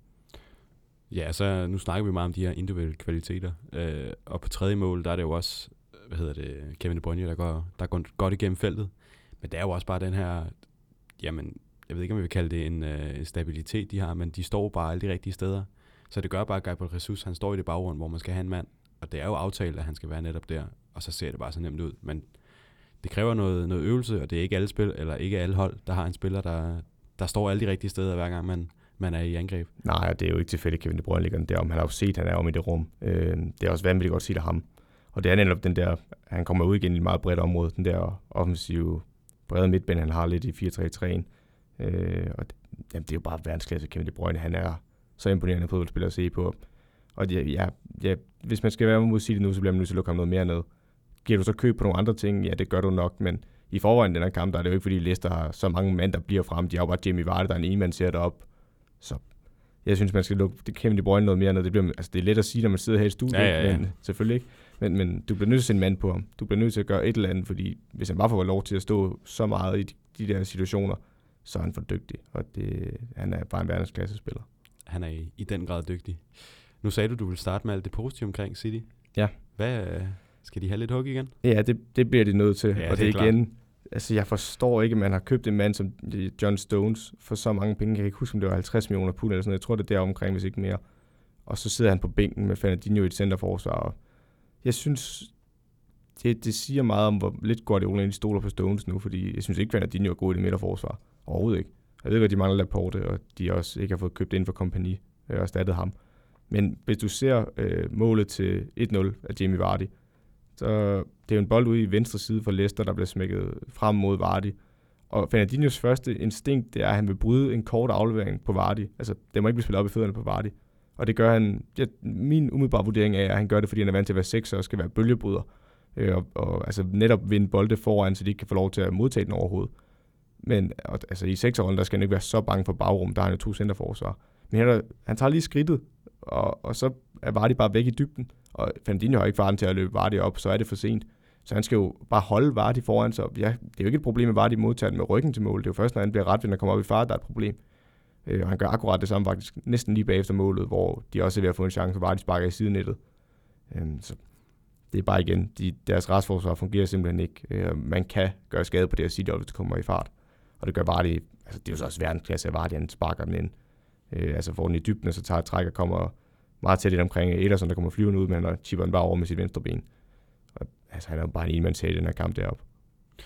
Ja, så nu snakker vi meget om de her individuelle kvaliteter. Øh, og på tredje mål, der er det jo også, hvad hedder det, Kevin De Bruyne, der går, der går godt igennem feltet. Men det er jo også bare den her, jamen, jeg ved ikke, om vi vil kalde det en øh, stabilitet, de har, men de står bare alle de rigtige steder. Så det gør bare, at Gabriel Jesus, han står i det baggrund, hvor man skal have en mand. Og det er jo aftalt, at han skal være netop der. Og så ser det bare så nemt ud. Men det kræver noget, noget øvelse, og det er ikke alle spil, eller ikke alle hold, der har en spiller, der, der står alle de rigtige steder, hver gang man, man er i angreb. Nej, det er jo ikke tilfældigt, Kevin De Bruyne ligger der om. Han har jo set, at han er om i det rum. Øh, det er også vanvittigt godt at sige det ham. Og det er netop den der, han kommer ud igen i et meget bredt område, den der offensive brede midtbane, han har lidt i fire tre tre. Øh, og det, jamen, det er jo bare verdensklasse, Kevin De Bruyne. Han er så imponerende fodboldspiller at se på. Og ja, ja, ja, hvis man skal være mod City nu, så bliver man nødt til at lukke ham noget mere ned. Giver du så køb på nogle andre ting? Ja, det gør du nok, men i forvejen den her kamp, der er det jo ikke, fordi Leicester har så mange mænd, der bliver frem. De har jo bare Jamie Vardy, der er en ene, man ser derop. Så jeg synes, man skal lukke det Kevin De Bruyne noget mere ned. Det, bliver, altså, det er let at sige, når man sidder her i studiet, ja, ja, ja. men selvfølgelig ikke. Men, men du bliver nødt til at sætte en mand på ham. Du bliver nødt til at gøre et eller andet, fordi hvis han bare får lov til at stå så meget i de, de der situationer, så er han for dygtig. Og det, han er bare en verdensklassespiller. Han er i, i den grad dygtig. Nu sagde du, du vil starte med alt det positive omkring City. Ja. Hvad, skal de have lidt hug igen? Ja, det, det bliver de nødt til. Ja, og det, det er igen, altså jeg forstår ikke, at man har købt en mand som John Stones for så mange penge. Jeg kan ikke huske, om det var halvtreds millioner pund eller sådan noget. Jeg tror, det er der omkring, hvis ikke mere. Og så sidder han på bænken med Fernandinho i et centerforsvar. Og jeg synes, det, det siger meget om, hvor lidt Guardiola egentlig stoler på Stones nu, fordi jeg synes ikke, Fernandinho er god i det midterforsvar. Overhovedet ikke. Jeg ved godt, de mangler Laporte, og de også ikke har fået købt ind for kompagni og erstattet ham. Men hvis du ser øh, målet til et nul af Jamie Vardy, så det er jo en bold ude i venstre side for Leicester, der bliver smækket frem mod Vardy. Og Fernandinhos første instinkt, det er, at han vil bryde en kort aflevering på Vardy. Altså, det må ikke blive spillet op i fødderne på Vardy. Og det gør han, ja, min umiddelbare vurdering er, at han gør det, fordi han er vant til at være sekser og skal være bølgebryder. Øh, og, og altså netop vinde bolde foran, så de ikke kan få lov til at modtage den overhovedet. Men og, altså, i sekserrollen, der skal han ikke være så bange for bagrum, der har han jo to centerforsvar. Men han, han tager lige skridtet, og, og så er Vardy bare væk i dybden. Og Fernandinho har ikke faren til at løbe Vardy op, så er det for sent. Så han skal jo bare holde Vardy foran sig. Ja, det er jo ikke et problem, at Vardy modtager den med ryggen til mål. Det er jo først, når han bliver retvendt og kommer op i fart, der er et problem. Øh, og han gør akkurat det samme faktisk, næsten lige bagefter målet, hvor de også er ved at få en chance, og Vardy sparker i sidenettet. Øh, så det er bare igen, de, deres retsforsvar fungerer simpelthen ikke. Øh, man kan gøre skade på det at sige, hvis det kommer i fart. Og det gør Vardy, altså det er jo så også verdensklasse, at Vardy han sparker den ind. Øh, altså får den i dybden, og så tager et træk og kommer meget tæt ind omkring Ederson, der kommer flyvende ud, men han chipper den bare over med sit venstre ben. Og, altså han er jo bare en enmandshæt i den her kamp deroppe.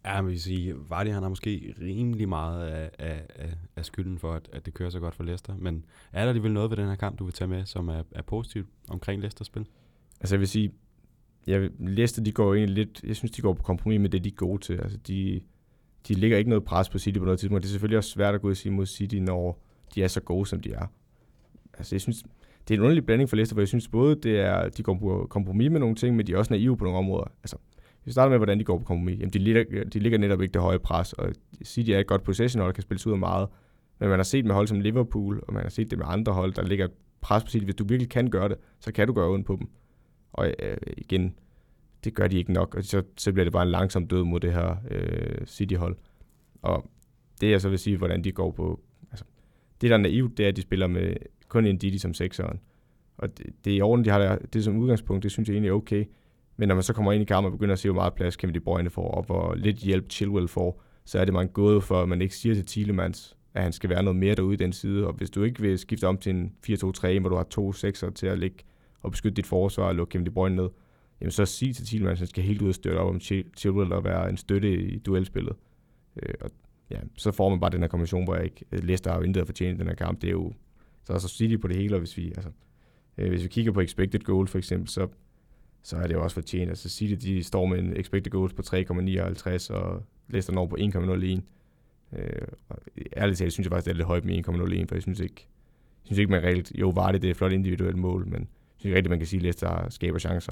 Ja, man vil sige, Vardy han har måske rimelig meget af, af, af, af skylden for, at, at det kører så godt for Leicester. Men er der alligevel noget ved den her kamp, du vil tage med, som er, er positivt omkring Leicesters spil? Altså jeg vil sige, jeg, Leicester de går jo egentlig lidt, jeg synes de går på kompromis med det, de er gode til. Altså de, de lægger ikke noget pres på City på noget tidspunkt. Det er selvfølgelig også svært at gå ud og sige mod City, når de er så gode, som de er. Altså jeg synes, det er en underlig blanding for Leicester, for jeg synes både, det er, de går på kompromis med nogle ting, men de er også naive på nogle områder. Altså, vi starter med, hvordan de går på kompromis. Jamen, de ligger, de ligger netop ikke det høje pres, og City er et godt possession hold, der kan spilles ud af meget. Men man har set med hold som Liverpool, og man har set det med andre hold, der ligger pres på City. Hvis du virkelig kan gøre det, så kan du gøre ondt på dem. Og øh, igen, det gør de ikke nok, og så, så bliver det bare en langsom død mod det her øh, City-hold. Og det jeg så vil sige, hvordan de går på... Altså, det, der er naivt, det er, at de spiller med kun en Didi som sekseren. Og det, det er i orden, de har det, det som udgangspunkt, det synes jeg egentlig er okay. Men når man så kommer ind i kampen og begynder at se, hvor meget plads Kevin De Bruyne får, og hvor lidt hjælp Chilwell får, så er det man gået for, at man ikke siger til Tielemans, at han skal være noget mere derude i den side. Og hvis du ikke vil skifte om til en fire to tre, hvor du har to sekser til at ligge og beskytte dit forsvar og lukke Kevin De Bruyne ned, jamen så sig til Tielemans, at han skal helt ud og støtte op om Chilwell og være en støtte i duelspillet. Øh, og ja, så får man bare den her kombination, hvor jeg ikke Leicester har jo intet at fortjene i den her kamp. Det er jo så er så City på det hele, og hvis vi, altså, øh, hvis vi kigger på expected goal for eksempel, så, så er det jo også fortjent. Altså City, de står med en expected goals på tre komma nioghalvtreds, og Leicester når på en komma nul en. Øh, ærligt talt synes jeg faktisk, det er lidt højt med en komma nul en, for jeg synes ikke, jeg synes ikke man reelt, jo var det, det er et flot individuelt mål, men jeg synes ikke rigtigt, man kan sige, at Leicester skaber chancer.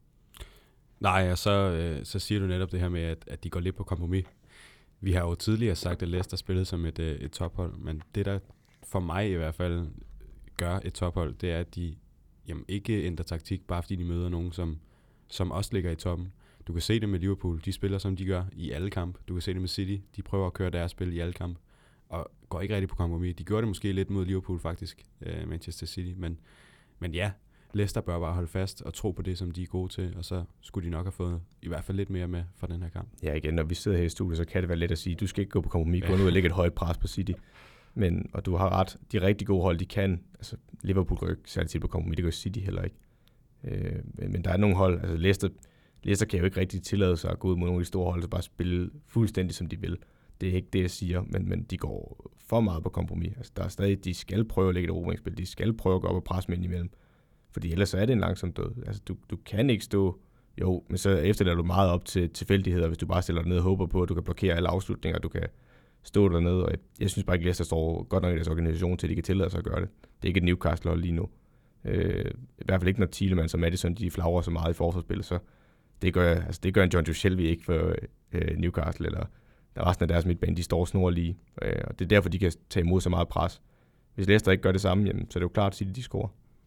Nej, og så, øh, så siger du netop det her med, at, at de går lidt på kompromis. Vi har jo tidligere sagt, at Leicester spillede som et, et tophold, men det der for mig i hvert fald gør et tophold, det er, at de jamen, ikke ændrer taktik, bare fordi de møder nogen, som, som også ligger i toppen. Du kan se det med Liverpool, de spiller som de gør i alle kampe. Du kan se det med City, de prøver at køre deres spil i alle kampe, og går ikke rigtig på kompromis. De gjorde det måske lidt mod Liverpool faktisk, uh, Manchester City, men, men ja, Leicester bør bare holde fast og tro på det, som de er gode til, og så skulle de nok have fået i hvert fald lidt mere med fra den her kamp. Ja, igen, når vi sidder her i studiet, så kan det være let at sige, du skal ikke gå på kompromis, gå nu og lægge et højt pres på City. Men, og du har ret, de rigtig gode hold, de kan, altså Liverpool går ikke særlig til på kompromis, det gør City heller ikke. Øh, men, men der er nogle hold, altså Leicester, Leicester kan jo ikke rigtig tillade sig at gå ud mod nogle af de store hold, og bare spille fuldstændig som de vil. Det er ikke det, jeg siger, men, men de går for meget på kompromis. Altså der er stadig, de skal prøve at lægge et erobringsspil, de skal prøve at gå op og presse med ind imellem. Fordi ellers så er det en langsom død. Altså du, du kan ikke stå, jo, men så efterlader du meget op til tilfældigheder, hvis du bare stiller dig ned og håber på, at du kan blokere alle afslutninger, du kan stå dernede, og jeg, jeg synes bare ikke, at Leicester står godt nok i deres organisation til, at de kan tillade sig at gøre det. Det er ikke et Newcastle-hold lige nu. Øh, I hvert fald ikke, når Tielemans og Maddison, de flagrer så meget i forsvarsspillet, så det gør, altså, det gør en John Joe Shelby ikke for øh, Newcastle, eller der resten af deres midtbane, de står snorlige, øh, og det er derfor, de kan tage imod så meget pres. Hvis Leicester ikke gør det samme, jamen, så er det jo klart, at City de scorer.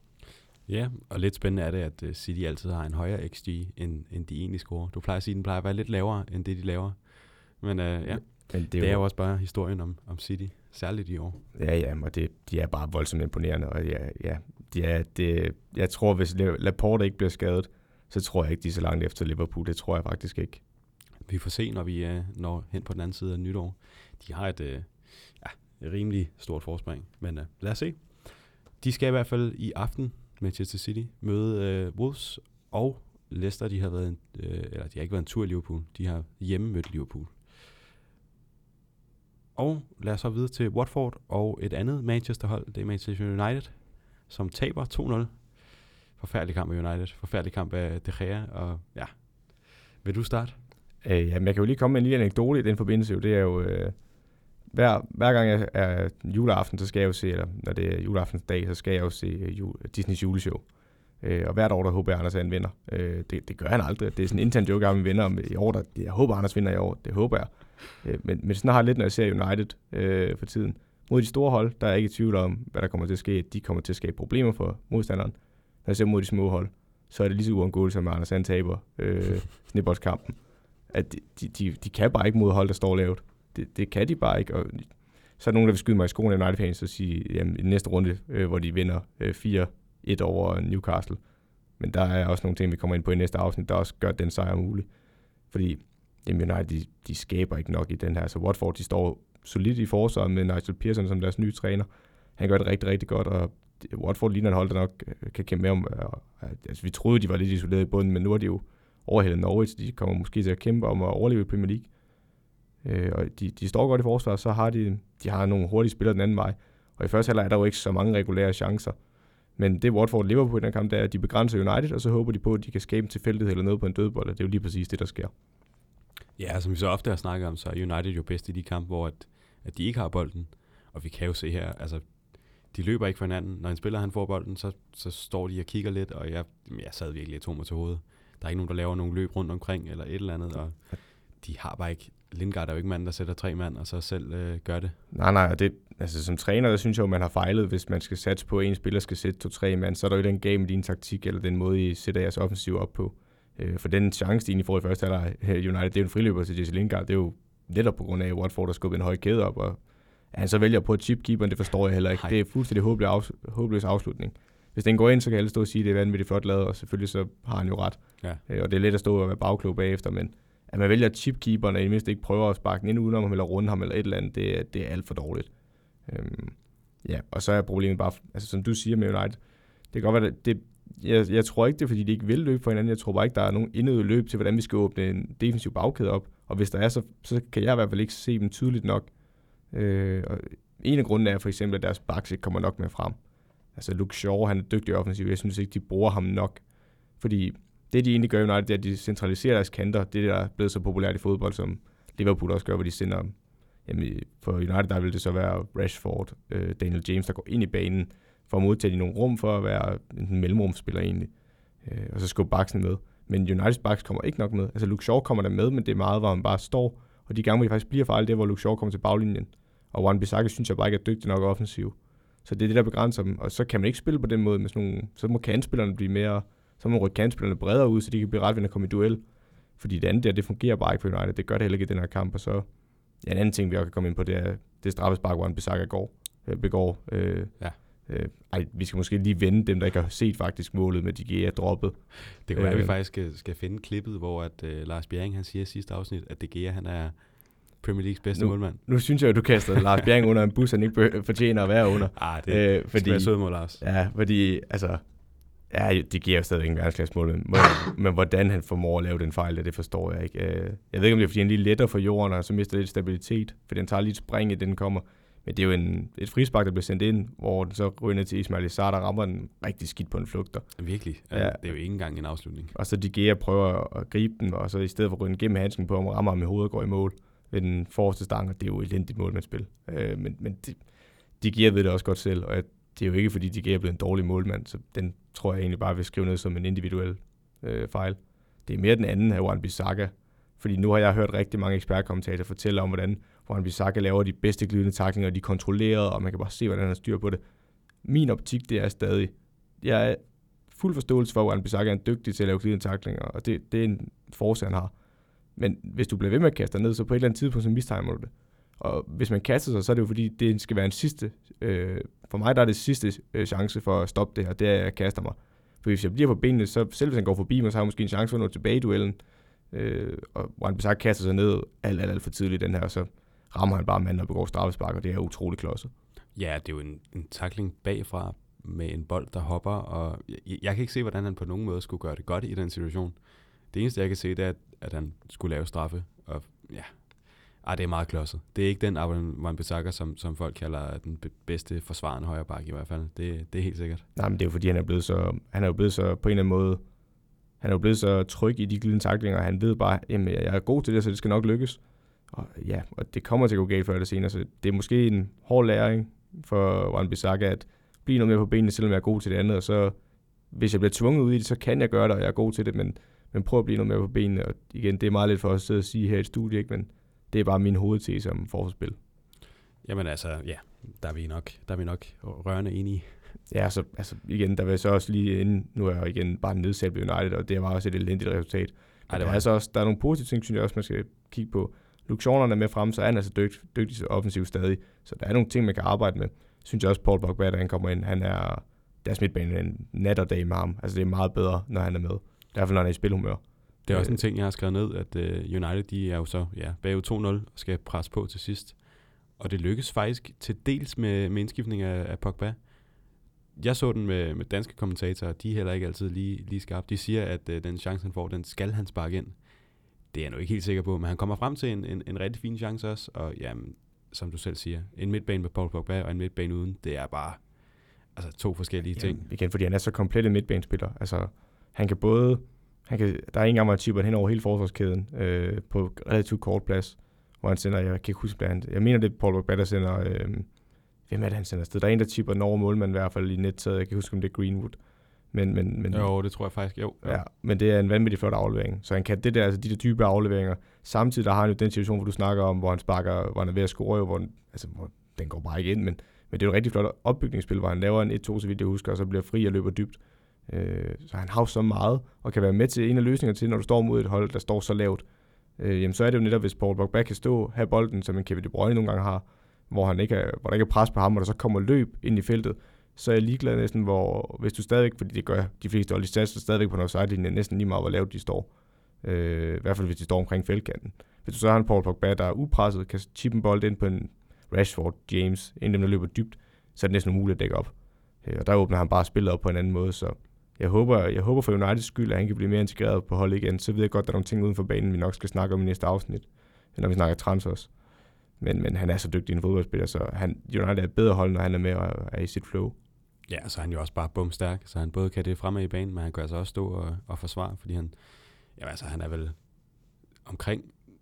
Ja, og lidt spændende er det, at City altid har en højere X G, end, end de egentlig scorer. Du plejer at sige, at den plejer at være lidt lavere, end det de laver. Men øh, ja, Men det, er, det er jo også bare historien om, om City, særligt i år. Ja, ja, og det, de er bare voldsomt imponerende. Og ja, ja, de er, det, jeg tror, hvis Laporte ikke bliver skadet, så tror jeg ikke, de er så langt efter Liverpool. Det tror jeg faktisk ikke. Vi får se, når vi uh, når hen på den anden side af nytår. De har et, uh, ja, et rimelig stort forspring, men uh, lad os se. De skal i hvert fald i aften, Manchester City, møde uh, Wolves, og Leicester, de har været en, uh, eller de har ikke været en tur i Liverpool, de har hjemme mødt Liverpool. Og lad os så videre til Watford og et andet Manchester-hold, det er Manchester United, som taber to nul. Forfærdelig kamp af United, forfærdelig kamp af De Gea, og ja, vil du starte? Øh, ja, men jeg kan jo lige komme med en lille anekdote i den forbindelse, det er jo, øh, hver, hver gang jeg er juleaften, så skal jeg jo se, eller når det er juleaftensdag, så skal jeg jo se jul, Disneys juleshow. Øh, og hvert år, der håber jeg, Anders han vinder. Øh, det, det gør han aldrig. Det er sådan en intern joke, at han vinder om i år. Der, jeg håber, Anders vinder i år. Det håber jeg. Øh, men, men sådan har jeg lidt, når jeg ser United øh, for tiden. Mod de store hold, der er jeg ikke i tvivl om, hvad der kommer til at ske. De kommer til at skabe problemer for modstanderen. Når jeg ser mod de små hold, så er det lige så uundgåeligt, som Anders han taber øh, snibboldskampen. At de, de, de, de kan bare ikke mod hold, der står lavt. Det, det kan de bare ikke. Og så er der nogen, der vil skyde mig i skoene af United-fans og sige, jamen i den næste runde, øh, hvor de vinder øh, fire et over Newcastle. Men der er også nogle ting, vi kommer ind på i næste afsnit, der også gør den sejr mulig. Fordi jamen, United, de, de skaber ikke nok i den her. Så Watford, de står solidt i forsvaret med Nigel Pearson som deres nye træner. Han gør det rigtig, rigtig godt, og Watford ligner et hold, der nok kan kæmpe med om. Altså, vi troede, de var lidt isoleret i bunden, men nu er de jo overhældet Norwich. De kommer måske til at kæmpe om at overleve i Premier League. Øh, og de, de står godt i forsvaret, så har de, de har nogle hurtige spillere den anden vej. Og i første halvleg er der jo ikke så mange regulære chancer. Men det Watford lever på i den kamp, det er, at de begrænser United, og så håber de på, at de kan skabe en tilfældighed eller noget på en dødbold, og det er jo lige præcis det, der sker. Ja, som vi så ofte har snakket om, så er United jo bedst i de kampe, hvor at, at de ikke har bolden. Og vi kan jo se her, altså, de løber ikke for hinanden. Når en spiller han får bolden, så, så står de og kigger lidt, og jeg, jeg sad virkelig og tog mig til hovedet. Der er ikke nogen, der laver nogen løb rundt omkring, eller et eller andet, og de har bare ikke, Lingard er jo ikke mand, der sætter tre mand, og så selv øh, gør det. Nej, nej, det, altså som træner, der synes jeg jo, man har fejlet, hvis man skal satse på, at en spiller skal sætte to-tre mand, så er der jo den game med din taktik, eller den måde, I sætter jeres offensiv op på. Øh, for den chance, de egentlig får i første halvleg, United, det er jo en friløber til Jesse Lingard, det er jo netop på grund af, at Watford har skubbet en høj kæde op, og at han så vælger på at chipkeeperen, det forstår jeg heller ikke. Hej. Det er fuldstændig håbløs, afs- håbløs afslutning. Hvis den går ind, så kan alle stå og sige, at det er vanvittigt flot lavet, og selvfølgelig så har han jo ret. Ja. Øh, og det er let at stå og være bagklog bagefter, men at man vælger chipkeeperen, og i det mindste ikke prøver at sparke den ind udenom ham, eller runde ham, eller et eller andet, det, det er alt for dårligt. Øhm, ja, og så er problemet bare, altså som du siger med United, det kan godt være, det, det jeg, jeg tror ikke, det er, fordi de ikke vil løbe for hinanden. Jeg tror bare ikke, der er nogen indøvet løb til, hvordan vi skal åbne en defensiv bagkæde op. Og hvis der er, så, så kan jeg i hvert fald ikke se dem tydeligt nok. Øh, og en af grunden er for eksempel, at deres backs ikke kommer nok med frem. Altså Luke Shaw, han er dygtig offensiv. Jeg synes ikke, de bruger ham nok. Fordi det, de egentlig gør i United, det er, at de centraliserer deres kanter. Det er det, der er blevet så populært i fodbold, som Liverpool også gør, hvor de sender... Jamen, for United, der vil det så være Rashford, øh, Daniel James, der går ind i banen for at modtage i nogle rum, for at være en mellemrumspiller egentlig. Øh, og så skubbe backsen med. Men Uniteds backs kommer ikke nok med. Altså Luke Shaw kommer der med, men det er meget, hvor han bare står. Og de gange, hvor de faktisk bliver farlige, det er, hvor Luke Shaw kommer til baglinjen. Og Wan-Bissaka synes jeg bare ikke er dygtig nok offensiv. Så det er det, der begrænser dem. Og så kan man ikke spille på den måde med sådan nogle... Så må kantspillerne blive mere... Så må rykke kantspillerne bredere ud, så de kan blive ret ved at komme i duel. Fordi det andet der, det fungerer bare ikke for United. Det gør det heller ikke i den her kamp. Og så... Ja, en anden ting, vi også kan komme ind på, det er det straffespark, hvor Wan-Bissaka går, øh, begår. Øh, ja. øh, ej, vi skal måske lige vende dem, der ikke har set faktisk målet med De Gea droppet. Det kunne være, øh, at vi faktisk skal, skal finde klippet, hvor at, øh, Lars Bjerring, han siger i sidste afsnit, at De Gea, han er Premier Leagues bedste nu, målmand. Nu synes jeg, at du kaster Lars Bjerring under en bus, han ikke fortjener at være under. Ah, det øh, fordi, skal være sød mod Lars. Ja, fordi, altså... Ja, De Gea er stadig en verdensklasse målmand, men, men hvordan han formår at lave den fejl, det forstår jeg ikke. Jeg ved ikke, om det er, fordi han lige letter for jorden, og så mister lidt stabilitet, for den tager lige et spring, i den kommer. Men det er jo en, et frispark, der bliver sendt ind, hvor den så ryger ned til Ismail Sarr, der rammer den rigtig skidt på en flugter. Virkelig. Ja. Det er jo ikke engang en afslutning. Og så De Gea prøver at gribe den, og så i stedet for at ryge gennem handsken på ham, rammer ham i hovedet og går i mål ved den forreste stang, og det er jo et elendigt målmandsspil. Men, men de, De Gea ved det også godt selv, og det er jo ikke, fordi De Gea er blevet en dårlig målmand, så den tror jeg egentlig bare vil skrive ned som en individuel øh, fejl. Det er mere den anden af Wan-Bissaka, fordi nu har jeg hørt rigtig mange ekspertkommentatorer fortælle om, hvordan Wan-Bissaka laver de bedste glidende tacklinger, og de er kontrolleret, og man kan bare se, hvordan han styr på det. Min optik, det er stadig, jeg er fuld forståelse for, at Wan-Bissaka er dygtig til at lave glidende tacklinger, og det, det er en force, han har. Men hvis du bliver ved med at kaste ned, så på et eller andet tidspunkt, så mistimer du det. Og hvis man kaster sig, så er det jo fordi, det skal være en sidste... Øh, for mig der er det sidste øh, chance for at stoppe det her, det er, at jeg kaster mig. For hvis jeg bliver på benene, så selv hvis han går forbi mig, så har jeg måske en chance for at nå tilbage i duellen. Øh, og Wan-Bissaka kaster sig ned alt, alt, alt for tidligt den her, og så rammer han bare manden og begår straffespark, og det er utroligt klodset. Ja, det er jo en, en tackling bagfra med en bold, der hopper, og jeg, jeg kan ikke se, hvordan han på nogen måde skulle gøre det godt i den situation. Det eneste, jeg kan se, det er, at, at han skulle lave straffe, og ja... Ah, det er meget klodset. Det er ikke den Wan-Bissaka, som, som folk kalder den bedste forsvarende højre back i hvert fald. Det, det er helt sikkert. Nej, men det er jo fordi, han er blevet så, han er jo blevet så på en eller anden måde, han er jo blevet så tryg i de glidende tacklinger, og han ved bare, jamen jeg er god til det, så det skal nok lykkes. Og ja, og det kommer til at gå galt før eller senere, så det er måske en hård læring for Wan-Bissaka at blive noget mere på benene, selvom jeg er god til det andet, og så hvis jeg bliver tvunget ud i det, så kan jeg gøre det, og jeg er god til det, men, men prøv at blive noget mere på benene, og igen, det er meget lidt for os at sige her i studiet, ikke, men det er bare min hovedtese om forsvarsspil. Jamen altså, ja, der er vi nok, der er vi nok rørende enige. Ja, så altså, igen, der vil så også lige inden, nu er jeg igen bare nedsat ved United, og det var også et elendigt resultat. Ej, der, er altså også, der er nogle positive ting, synes jeg også, man skal kigge på. Luke Shaw er med frem, så er han altså dygt, dygtig til offensiv stadig. Så der er nogle ting, man kan arbejde med. Synes jeg også, Paul Pogba, da han kommer ind, han er, deres midtbane en nat og dag med ham. Altså det er meget bedre, når han er med. I hvert fald, når han er i spilhumør. Det er også en ting, jeg har skrevet ned, at uh, United, de er jo så ja, bagud to nul og skal presse på til sidst. Og det lykkes faktisk til dels med, med indskiftning af, af Pogba. Jeg så den med, med danske kommentatorer, de er heller ikke altid lige, lige skarpe. De siger, at uh, den chance, han får, den skal han sparke ind. Det er jeg nu ikke helt sikker på, men han kommer frem til en, en, en rigtig fin chance også, og jamen, som du selv siger, en midtbane med Paul Pogba og en midtbane uden, det er bare altså, to forskellige ting. Jamen, igen, fordi han er så komplet en midtbanespiller. Altså, han kan både, han kan, der er ingen gang, man chipper hen over hele forsvarskæden øh, på relativt kort plads, hvor han sender, jeg kan ikke huske, hvad han, jeg mener, det er Paul Pogba, der sender, øh, hvem er det, han sender afsted? Der er en, der chipper den over målmanden i hvert fald i nettaget, jeg kan huske, om det er Greenwood. Men, men, men, jo, det tror jeg faktisk, jo. Ja, men det er en vanvittig flot aflevering. Så han kan det der, altså de der type afleveringer. Samtidig der har han jo den situation, hvor du snakker om, hvor han sparker, hvor han er ved at score, hvor, den, altså, hvor den går bare ikke ind, men, men det er jo et rigtig flot opbygningsspil, hvor han laver en et to, så vidt jeg husker, og så bliver fri og løber dybt. Øh, så han har så meget, og kan være med til en af løsningerne til, når du står mod et hold, der står så lavt. Øh, jamen så er det jo netop, hvis Paul Pogba kan stå, have bolden, som en Kevin De Bruyne nogle gange har, hvor, han ikke er, hvor der ikke er pres på ham, og der så kommer løb ind i feltet, så er jeg ligeglad næsten, hvor hvis du stadigvæk, fordi det gør de fleste hold, de satser stadigvæk på noget sidelinje, næsten lige meget, hvor lavt de står. Øh, I hvert fald, hvis de står omkring feltkanten. Hvis du så har en Paul Pogba, der er upresset, kan chippe en bold ind på en Rashford, James, en dem, der løber dybt, så er det næsten umuligt at dække op. Øh, og der åbner han bare spillet op på en anden måde, så jeg håber, jeg håber for Uniteds skyld, at han kan blive mere integreret på holdet igen. Så ved jeg godt, at der er nogle ting uden for banen, vi nok skal snakke om i næste afsnit, når vi snakker transfers. Men, men han er så dygtig en fodboldspiller, så han, United er et bedre hold, når han er med og er i sit flow. Ja, så er han jo også bare bumstærk, så han både kan det fremme i banen, men han kan altså også stå og, og forsvare, fordi han, ja, altså, han er vel omkring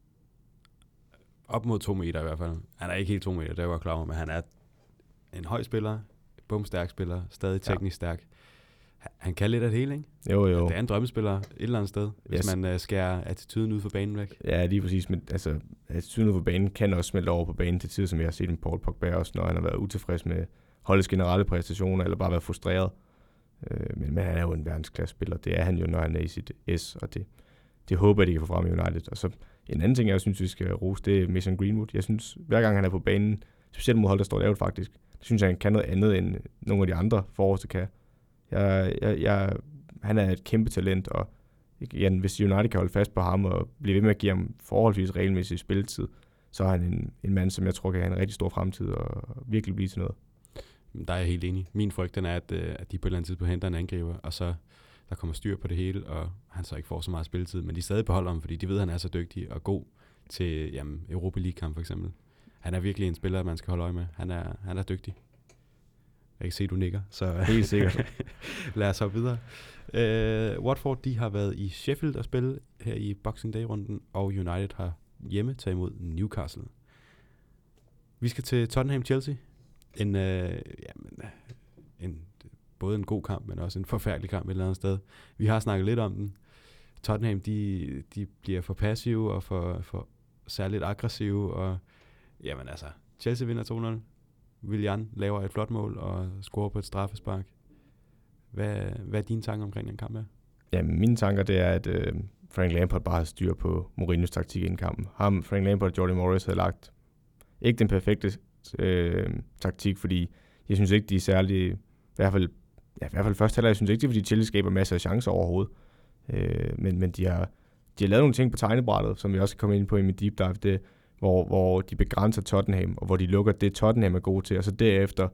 op mod to meter i hvert fald. Han er ikke helt to meter, det var jeg klar over, men han er en høj spiller, bumstærk spiller, stadig teknisk ja. stærk. Han kan lidt af det hele, ikke? Jo, jo. Det er en drømmespiller et eller andet sted, hvis yes. man uh, skærer attituden ud for banen væk. Ja, lige præcis. Men altså, attituden ud for banen kan også smelte over på banen til tid, som jeg har set en Paul Pogba også, når han har været utilfreds med holdets generelle præstationer, eller bare været frustreret. Øh, men, men han er jo en verdensklassespiller. Det er han jo, når han er i sit S, og det, det håber jeg, de kan få frem i United. Og så en anden ting, jeg synes, vi skal rose, det er Mason Greenwood. Jeg synes, hver gang han er på banen, specielt mod hold, der står lavt faktisk, synes jeg, han kan noget andet, end nogle af de andre forreste kan. Jeg, jeg, jeg, han er et kæmpe talent, og igen, hvis United kan holde fast på ham og blive ved med at give ham forholdsvis regelmæssig spilletid, så er han en, en mand, som jeg tror kan have en rigtig stor fremtid og virkelig blive til noget. Der er jeg helt enig. Min frygt den er, at, at de på et eller andet tidspunkt henter en angriber, og så der kommer styr på det hele, og han så ikke får så meget spilletid, men de stadig beholder ham, fordi de ved, at han er så dygtig og god til jamen, Europa League-kamp for eksempel. Han er virkelig en spiller, man skal holde øje med. Han er, han er dygtig. Jeg kan se, du nikker, så helt sikkert. Lad os hoppe videre. Uh, Watford, de har været i Sheffield og spille her i Boxing Day-runden, og United har hjemme taget imod Newcastle. Vi skal til Tottenham-Chelsea. En, øh, jamen, en, både en god kamp, men også en forfærdelig kamp et eller andet sted. Vi har snakket lidt om den. Tottenham, de, de bliver for passive og for, for særligt aggressive, og jamen altså, Chelsea vinder to nul. Willian laver et flot mål og scorer på et straffespark. Hvad, hvad er dine tanker omkring den kamp her? Ja, mine tanker, det er, at øh, Frank Lampard bare har styr på Mourinhos taktik i den kamp. Ham, Frank Lampard og Jordi Morris havde lagt ikke den perfekte øh, taktik, fordi jeg synes ikke, de er særlig, i hvert fald, ja, i hvert fald først halvleg, jeg synes ikke, det er, fordi Chelsea skaber masser af chancer overhovedet. Øh, men, men de har, de har lavet nogle ting på tegnebrættet, som vi også kan komme ind på i mit deep dive, det, hvor, hvor de begrænser Tottenham, og hvor de lukker det, Tottenham er gode til, og så derefter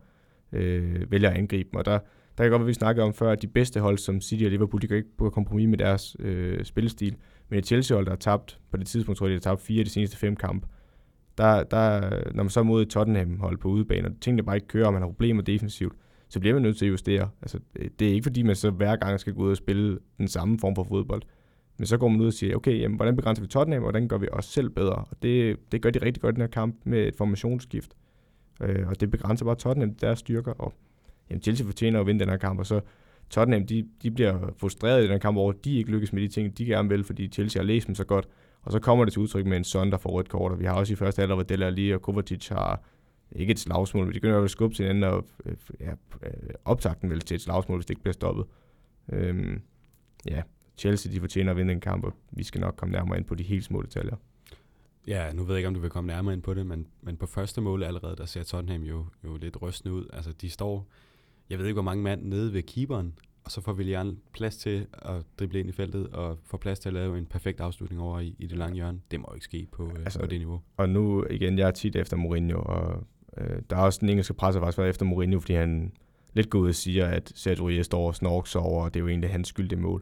øh, vælger at angribe dem. Og der, der kan godt være, vi snakkede om før, at de bedste hold som City og Liverpool, de kan ikke på kompromis med deres øh, spillestil, men et Chelsea-hold, der har tabt, på det tidspunkt tror jeg, de har tabt fire af de seneste fem kampe, der, der, når man så mod et Tottenham-hold på udebane, og tingene bare ikke kører, og man har problemer defensivt, så bliver man nødt til at justere. Altså, det er ikke fordi, man så hver gang skal gå ud og spille den samme form for fodbold. Men så går man ud og siger, okay, jamen, hvordan begrænser vi Tottenham, og hvordan gør vi os selv bedre? Og det, det gør de rigtig godt i den her kamp med et formationsskift. Øh, og det begrænser bare Tottenham, deres styrker. Og jamen, Chelsea fortjener at vinde den her kamp, og så Tottenham, de, de bliver frustreret i den her kamp over, at de ikke lykkes med de ting, de gerne vil, fordi Chelsea har læst dem så godt. Og så kommer det til udtryk med en Son, der får rødt kort, og vi har også i første halvleg, hvor Dele Alli og Kovacic har ikke et slagsmål, men de kan jo skubbe til hinanden, og ja, optakten vel til et slagsmål, hvis det ikke bliver stoppet. Øhm, ja, Chelsea, de fortjener at vinde en kamp, og vi skal nok komme nærmere ind på de helt små detaljer. Ja, nu ved jeg ikke, om du vil komme nærmere ind på det, men, men på første mål allerede, der ser Tottenham jo, jo lidt rystende ud. Altså, de står, jeg ved ikke, hvor mange mand nede ved keeperen, og så får Willian plads til at drible ind i feltet, og får plads til at lave en perfekt afslutning over i, i det lange hjørne. Det må jo ikke ske på, altså, på det niveau. Og nu igen, jeg er tit efter Mourinho, og øh, der er også den engelske presse faktisk været efter Mourinho, fordi han lidt går ud og siger, at Sergio Rier står og snorks over, og det er jo egentlig hans skyld, det mål.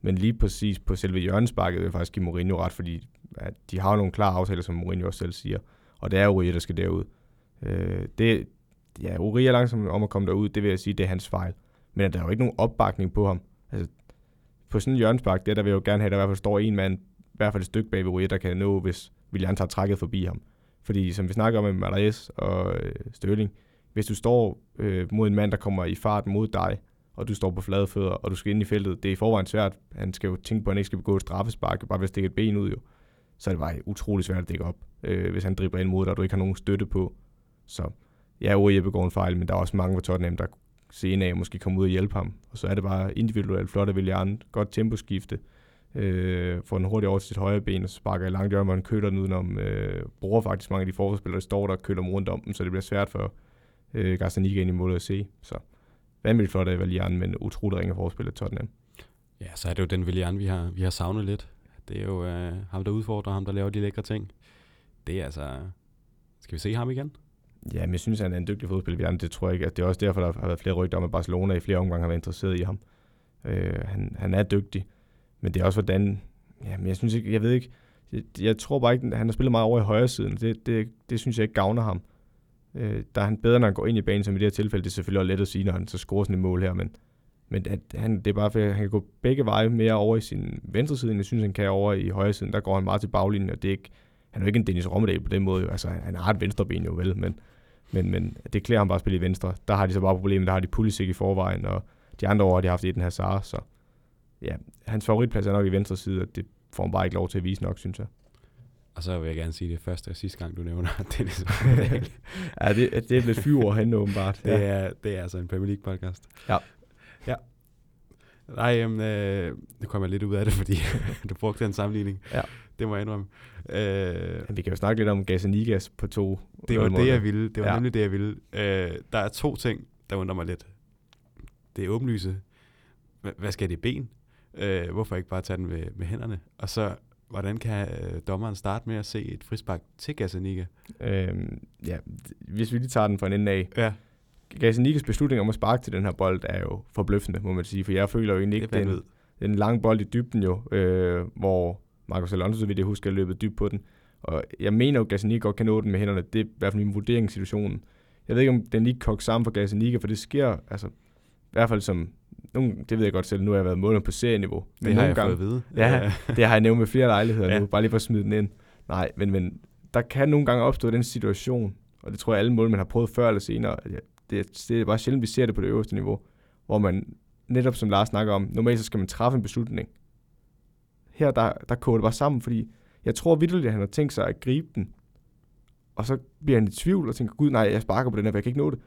Men lige præcis på selve hjørnesparket vil jeg faktisk give Mourinho ret, fordi at de har nogle klare aftaler, som Mourinho også selv siger. Og det er Uriah, der skal derud. Øh, det, ja, Uriah er langsomt om at komme derud, det vil jeg sige, det er hans fejl. Men der er jo ikke nogen opbakning på ham. Altså, på sådan en hjørnespark, der, der vil jeg jo gerne have, at der i hvert fald står en mand, i hvert fald et stykke bag ved Uriah, der kan nå, hvis Willian tager trækket forbi ham. Fordi som vi snakker om med Mahrez og øh, Sterling, hvis du står øh, mod en mand, der kommer i fart mod dig, og du står på flade fødder, og du skal ind i feltet, det er i forvejen svært. Han skal jo tænke på, at han ikke skal begå et straffespark, bare ved at stikke et ben ud jo. Så er det bare utrolig svært at dække op, øh, hvis han dribler ind mod dig, og du ikke har nogen støtte på. Så ja, Uriah begår en fejl, men der er også mange ved Tottenham, der senere af måske komme ud og hjælpe ham. Og så er det bare individuelt flot af Willian, godt temposkifte, øh, får den hurtigt over til sit højre ben, og så sparker i langt hjørne, hvor han køler den udenom, øh, bruger faktisk mange af de forspillere, der står der og køler dem rundt om dem, så det bliver svært for øh, Gazzaniga ind i målet at se. Så vanvittigt flot af Willian, men utrolig ringe forspiller Tottenham. Ja, så er det jo den Willian, vi har, vi har savnet lidt. Det er jo øh, ham, der udfordrer ham, der laver de lækre ting. Det er altså... Skal vi se ham igen? Ja, men jeg synes, han er en dygtig fodspiller. Det tror jeg ikke. Altså, det er også derfor, der har været flere rygter om, at Barcelona i flere omgange har været interesseret i ham. Øh, han, han er dygtig. Men det er også hvordan... Ja, men jeg synes ikke... Jeg ved ikke... Jeg, jeg tror bare ikke, han har spillet meget over i højre siden. Det, det, det synes jeg ikke gavner ham. Øh, der er han bedre, når han går ind i banen, som i det her tilfælde. Det er selvfølgelig også let at sige, når han så scorer sådan et mål her, men... Men at han, det er bare, fordi han kan gå begge veje mere over i sin venstre side, end jeg synes, han kan over i højre siden. Der går han meget til baglinjen, og det er ikke... Han er jo ikke en Dennis Rommedahl på den måde. Altså, han har et venstreben jo vel, men... Men, men det klæder ham bare at spille i venstre. Der har de så bare problemet, der har de Pulisic i forvejen, og de andre år har de haft Eden Hazard, så ja, hans favoritplads er nok i venstre side, og det får han bare ikke lov til at vise nok, synes jeg. Og så vil jeg gerne sige det første og sidste gang, du nævner Dennis Rommedahl. Ja, det, det er blevet fyre år henne åbenbart. Ja. Det, er, det er altså en Premier League podcast. Ja. Ja. Nej, jamen, øh, nu kommer jeg lidt ud af det, fordi du brugte den sammenligning. Ja. Det må jeg indrømme. Øh, ja, vi kan jo snakke lidt om Gazzanigas på to. Det var det, jeg ville. Det var ja. nemlig det, jeg ville. Øh, der er to ting, der undrer mig lidt. Det er åbenlyse. H- hvad skal det ben? Øh, hvorfor ikke bare tage den med, med hænderne? Og så, hvordan kan øh, dommeren starte med at se et frispark til Gazzaniga? Øhm, ja, hvis vi lige tager den fra en ende af. Ja. Gazzanigas beslutning om at sparke til den her bold er jo forbløffende, må man sige. For jeg føler jo egentlig ikke, den, den lange bold i dybden jo, øh, hvor Marcos Alonso, så vidt jeg husker, er løbet dybt på den. Og jeg mener jo, at Gazzaniga godt kan nå den med hænderne. Det er i hvert fald min vurdering af situationen. Jeg ved ikke, om den lige kogt sammen for Gazzaniga, for det sker, altså, i hvert fald som, nogen, det ved jeg godt selv, nu har jeg været måler på serieniveau. Men det har jeg gange, fået at vide. Ja, det har jeg nævnt med flere lejligheder ja. nu, bare lige for at smide den ind. Nej, men, men der kan nogle gange opstå den situation, og det tror jeg alle målmænd har prøvet før eller senere. Det, det er bare sjældent, vi ser det på det øverste niveau, hvor man, netop som Lars snakker om, normalt så skal man træffe en beslutning. Her, der, der koger det bare sammen, fordi jeg tror vitterligt, at han har tænkt sig at gribe den, og så bliver han i tvivl og tænker, gud nej, jeg sparker på den her, for jeg kan ikke nå det.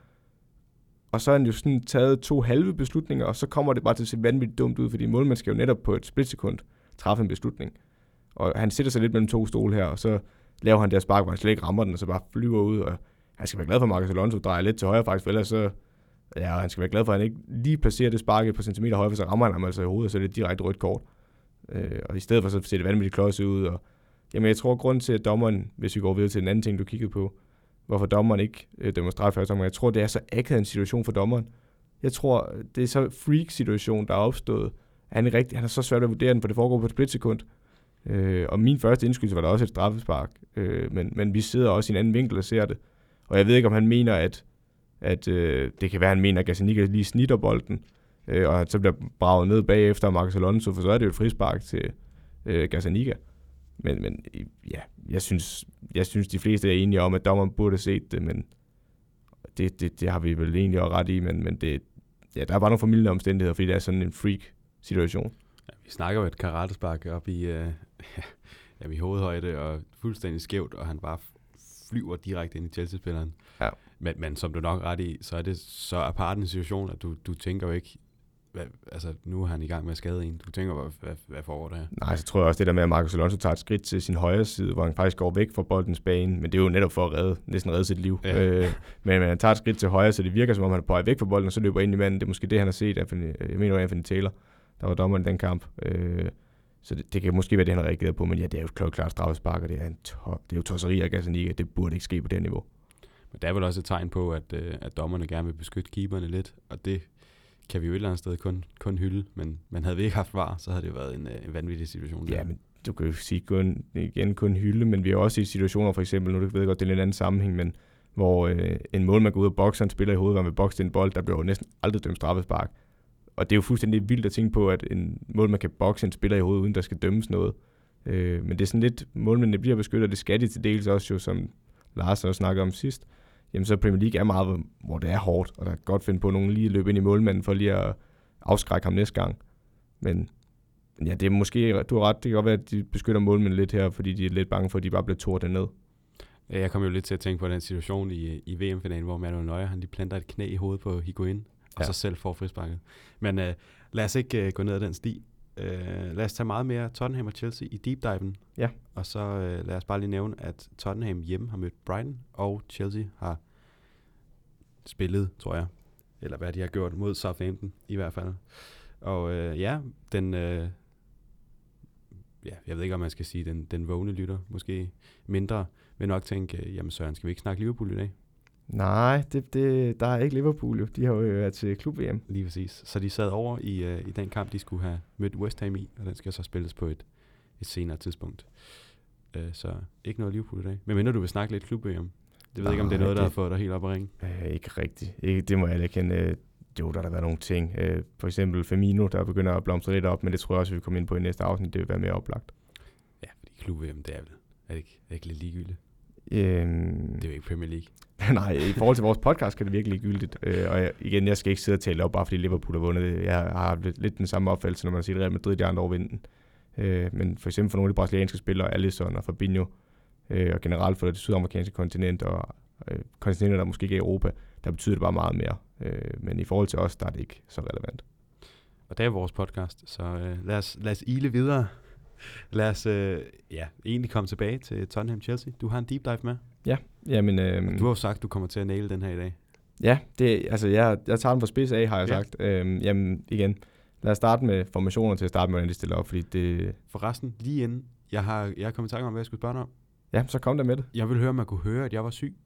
Og så har han jo sådan taget to halve beslutninger, og så kommer det bare til at se vanvittigt dumt ud, fordi målmand skal jo netop på et splitsekund træffe en beslutning. Og han sætter sig lidt mellem to stole her, og så laver han der spark, hvor han slet ikke rammer den, og så bare flyver ud, og han skal være glad for, at Marcos Alonso drejer lidt til højre faktisk, for ellers så, ja, han skal være glad for, at han ikke lige placerer det sparket på centimeter højre, for så rammer han ham altså i hovedet, og så er det direkte rødt kort. Øh, og i stedet for så ser det vanvittigt klodset ud, og jamen jeg tror grund til, at dommeren, hvis vi går videre til en anden ting, du kiggede på, hvorfor dommeren ikke øh, dømmer straf første omgang, jeg tror, det er så akavet en situation for dommeren. Jeg tror, det er så freak-situation, der er opstået. Han er, rigtig, han er så svært at vurdere den, for det foregår på et splitsekund. Øh, og min første indskydelse var der også et straffespark, øh, men, men vi sidder også i en anden vinkel og ser det. Og jeg ved ikke, om han mener, at, at øh, det kan være, at han mener, at Gazzaniga lige snitter bolden, øh, og så bliver braget ned bagefter Marcos Alonso, for så er det jo et frispark til øh, Gazzaniga. Men, men ja, jeg synes, jeg synes, de fleste er enige om, at dommeren burde have set det, men det, det, det har vi vel egentlig også ret i, men, men det, ja, der er bare nogle familiære omstændigheder, fordi det er sådan en freak-situation. Ja, vi snakker jo et karatespark op i, øh, ja, i hovedhøjde og fuldstændig skævt, og han bare flyver direkte ind i Chelsea-spilleren. Ja. Men, men som du nok ret i, så er det så apart en situation, at du, du tænker jo ikke, hvad, altså nu er han i gang med at skade en. Du tænker, hvad, hvad, hvad foregår der her? Nej, så tror jeg også det der med, at Marcos Alonso tager et skridt til sin højre side, hvor han faktisk går væk fra boldens bane, men det er jo netop for at redde, næsten redde sit liv. Ja. Øh, men, men han tager et skridt til højre, så det virker som om han er på vej væk fra bolden, og så løber ind i manden. Det er måske det, han har set. Anthony, jeg mener, Anthony Taylor, der var dommeren i den kamp. Øh, så det, det kan måske være det, han har reageret på, men ja, det er jo et klokkeklart straffespark, og det er, en to- det er jo tosseri af Gazzaniga. Det burde ikke ske på det niveau. Men der er vel også et tegn på, at, øh, at dommerne gerne vil beskytte keeperne lidt, og det kan vi jo et eller andet sted kun, kun hylde, men, men havde vi ikke haft V A R, så havde det jo været en, en vanvittig situation. Ja, men du kan jo sige kun, igen kun hylde, men vi har også i situationer, for eksempel, nu ved jeg godt, det er en lidt anden sammenhæng, men hvor øh, en målmand går ud og bokser, en spiller i hovedet, var med bokse en bold, der bliver jo næsten aldrig dømt straffespark. Og det er jo fuldstændig vildt at tænke på, at en målmand kan bokse en spiller i hovedet, uden der skal dømmes noget. Øh, men det er sådan lidt, målmændene bliver beskyttet, og det skal de til dels også jo, som Lars også snakkede om sidst. Jamen så Premier League er meget, hvor det er hårdt, og der kan godt finde på nogen lige at løbe ind i målmanden, for lige at afskrække ham næste gang. Men ja, det er måske, du har ret, det kan godt være, at de beskytter målmændene lidt her, fordi de er lidt bange for, at de bare bliver tortet ned. Jeg kom jo lidt til at tænke på den situation i, i V M-finalen, hvor Manuel Neuer, han lige planter et knæ i hovedet på Higuain, og ja. så selv får frisparket. Men uh, lad os ikke uh, gå ned ad den sti. Uh, lad os tage meget mere Tottenham og Chelsea i deep diven. Ja. Og så uh, lad os bare lige nævne, at Tottenham hjemme har mødt Brighton, og Chelsea har spillet, tror jeg, eller hvad de har gjort mod Southampton i hvert fald. Og uh, ja, den... Uh, ja, jeg ved ikke, om man skal sige, den, den vågne lytter måske mindre, vil nok tænke, jamen Søren, skal vi ikke snakke Liverpool i dag? Nej, det, det, der er ikke Liverpool jo. De har jo været til klub-V M. Lige præcis. Så de sad over i, uh, i den kamp, de skulle have mødt West Ham i, og den skal så spilles på et, et senere tidspunkt. Uh, så ikke noget Liverpool i dag. Men mindre du vil snakke lidt klub-V M. Det ved jeg ikke, om det er noget, det, der har fået dig helt op at ringe. Øh, ikke rigtigt. Ikke, det må jeg ikke kende. Jo, der har der været nogle ting. Øh, for eksempel Firmino, der begynder at blomstre lidt op, men det tror jeg også, vi kommer ind på i næste afsnit. Det vil være mere oplagt. Ja, fordi klub-V M, det er vel er det ikke, er det ikke lidt ligegyldigt? Øhm, det er jo ikke Premier League. Nej, i forhold til vores podcast kan det virkelig ligegyldigt. Øh, og jeg, igen, jeg skal ikke sidde og tale op, bare fordi Liverpool har vundet det. Jeg har lidt, lidt den samme opfattelse, når man siger Real Madrid, de andre over vinden. Øh, men for eksempel for nogle af de brasilianske spillere, Alisson og Fabinho, øh, og generelt for det sydamerikanske kontinent, og øh, kontinenter, der måske ikke er i Europa, der betyder det bare meget mere. Øh, men i forhold til os, der er det ikke så relevant. Og det er vores podcast, så øh, lad, os, lad os ile videre. Lad os øh, ja, egentlig komme tilbage til Tottenham Chelsea. Du har en deep dive med. Ja, jamen... Øh, du har jo sagt, du kommer til at naile den her i dag. Ja, det, altså jeg, jeg tager den fra spids af, har jeg ja. sagt. Øh, jamen igen, lad os starte med formationer til at starte med, hvordan de stiller op, fordi det... Forresten, lige inden, jeg har, jeg har kommet i tanke om, hvad jeg skulle spørge dig om. Ja, så kom der med det. Jeg vil høre, om man kunne høre, at jeg var syg.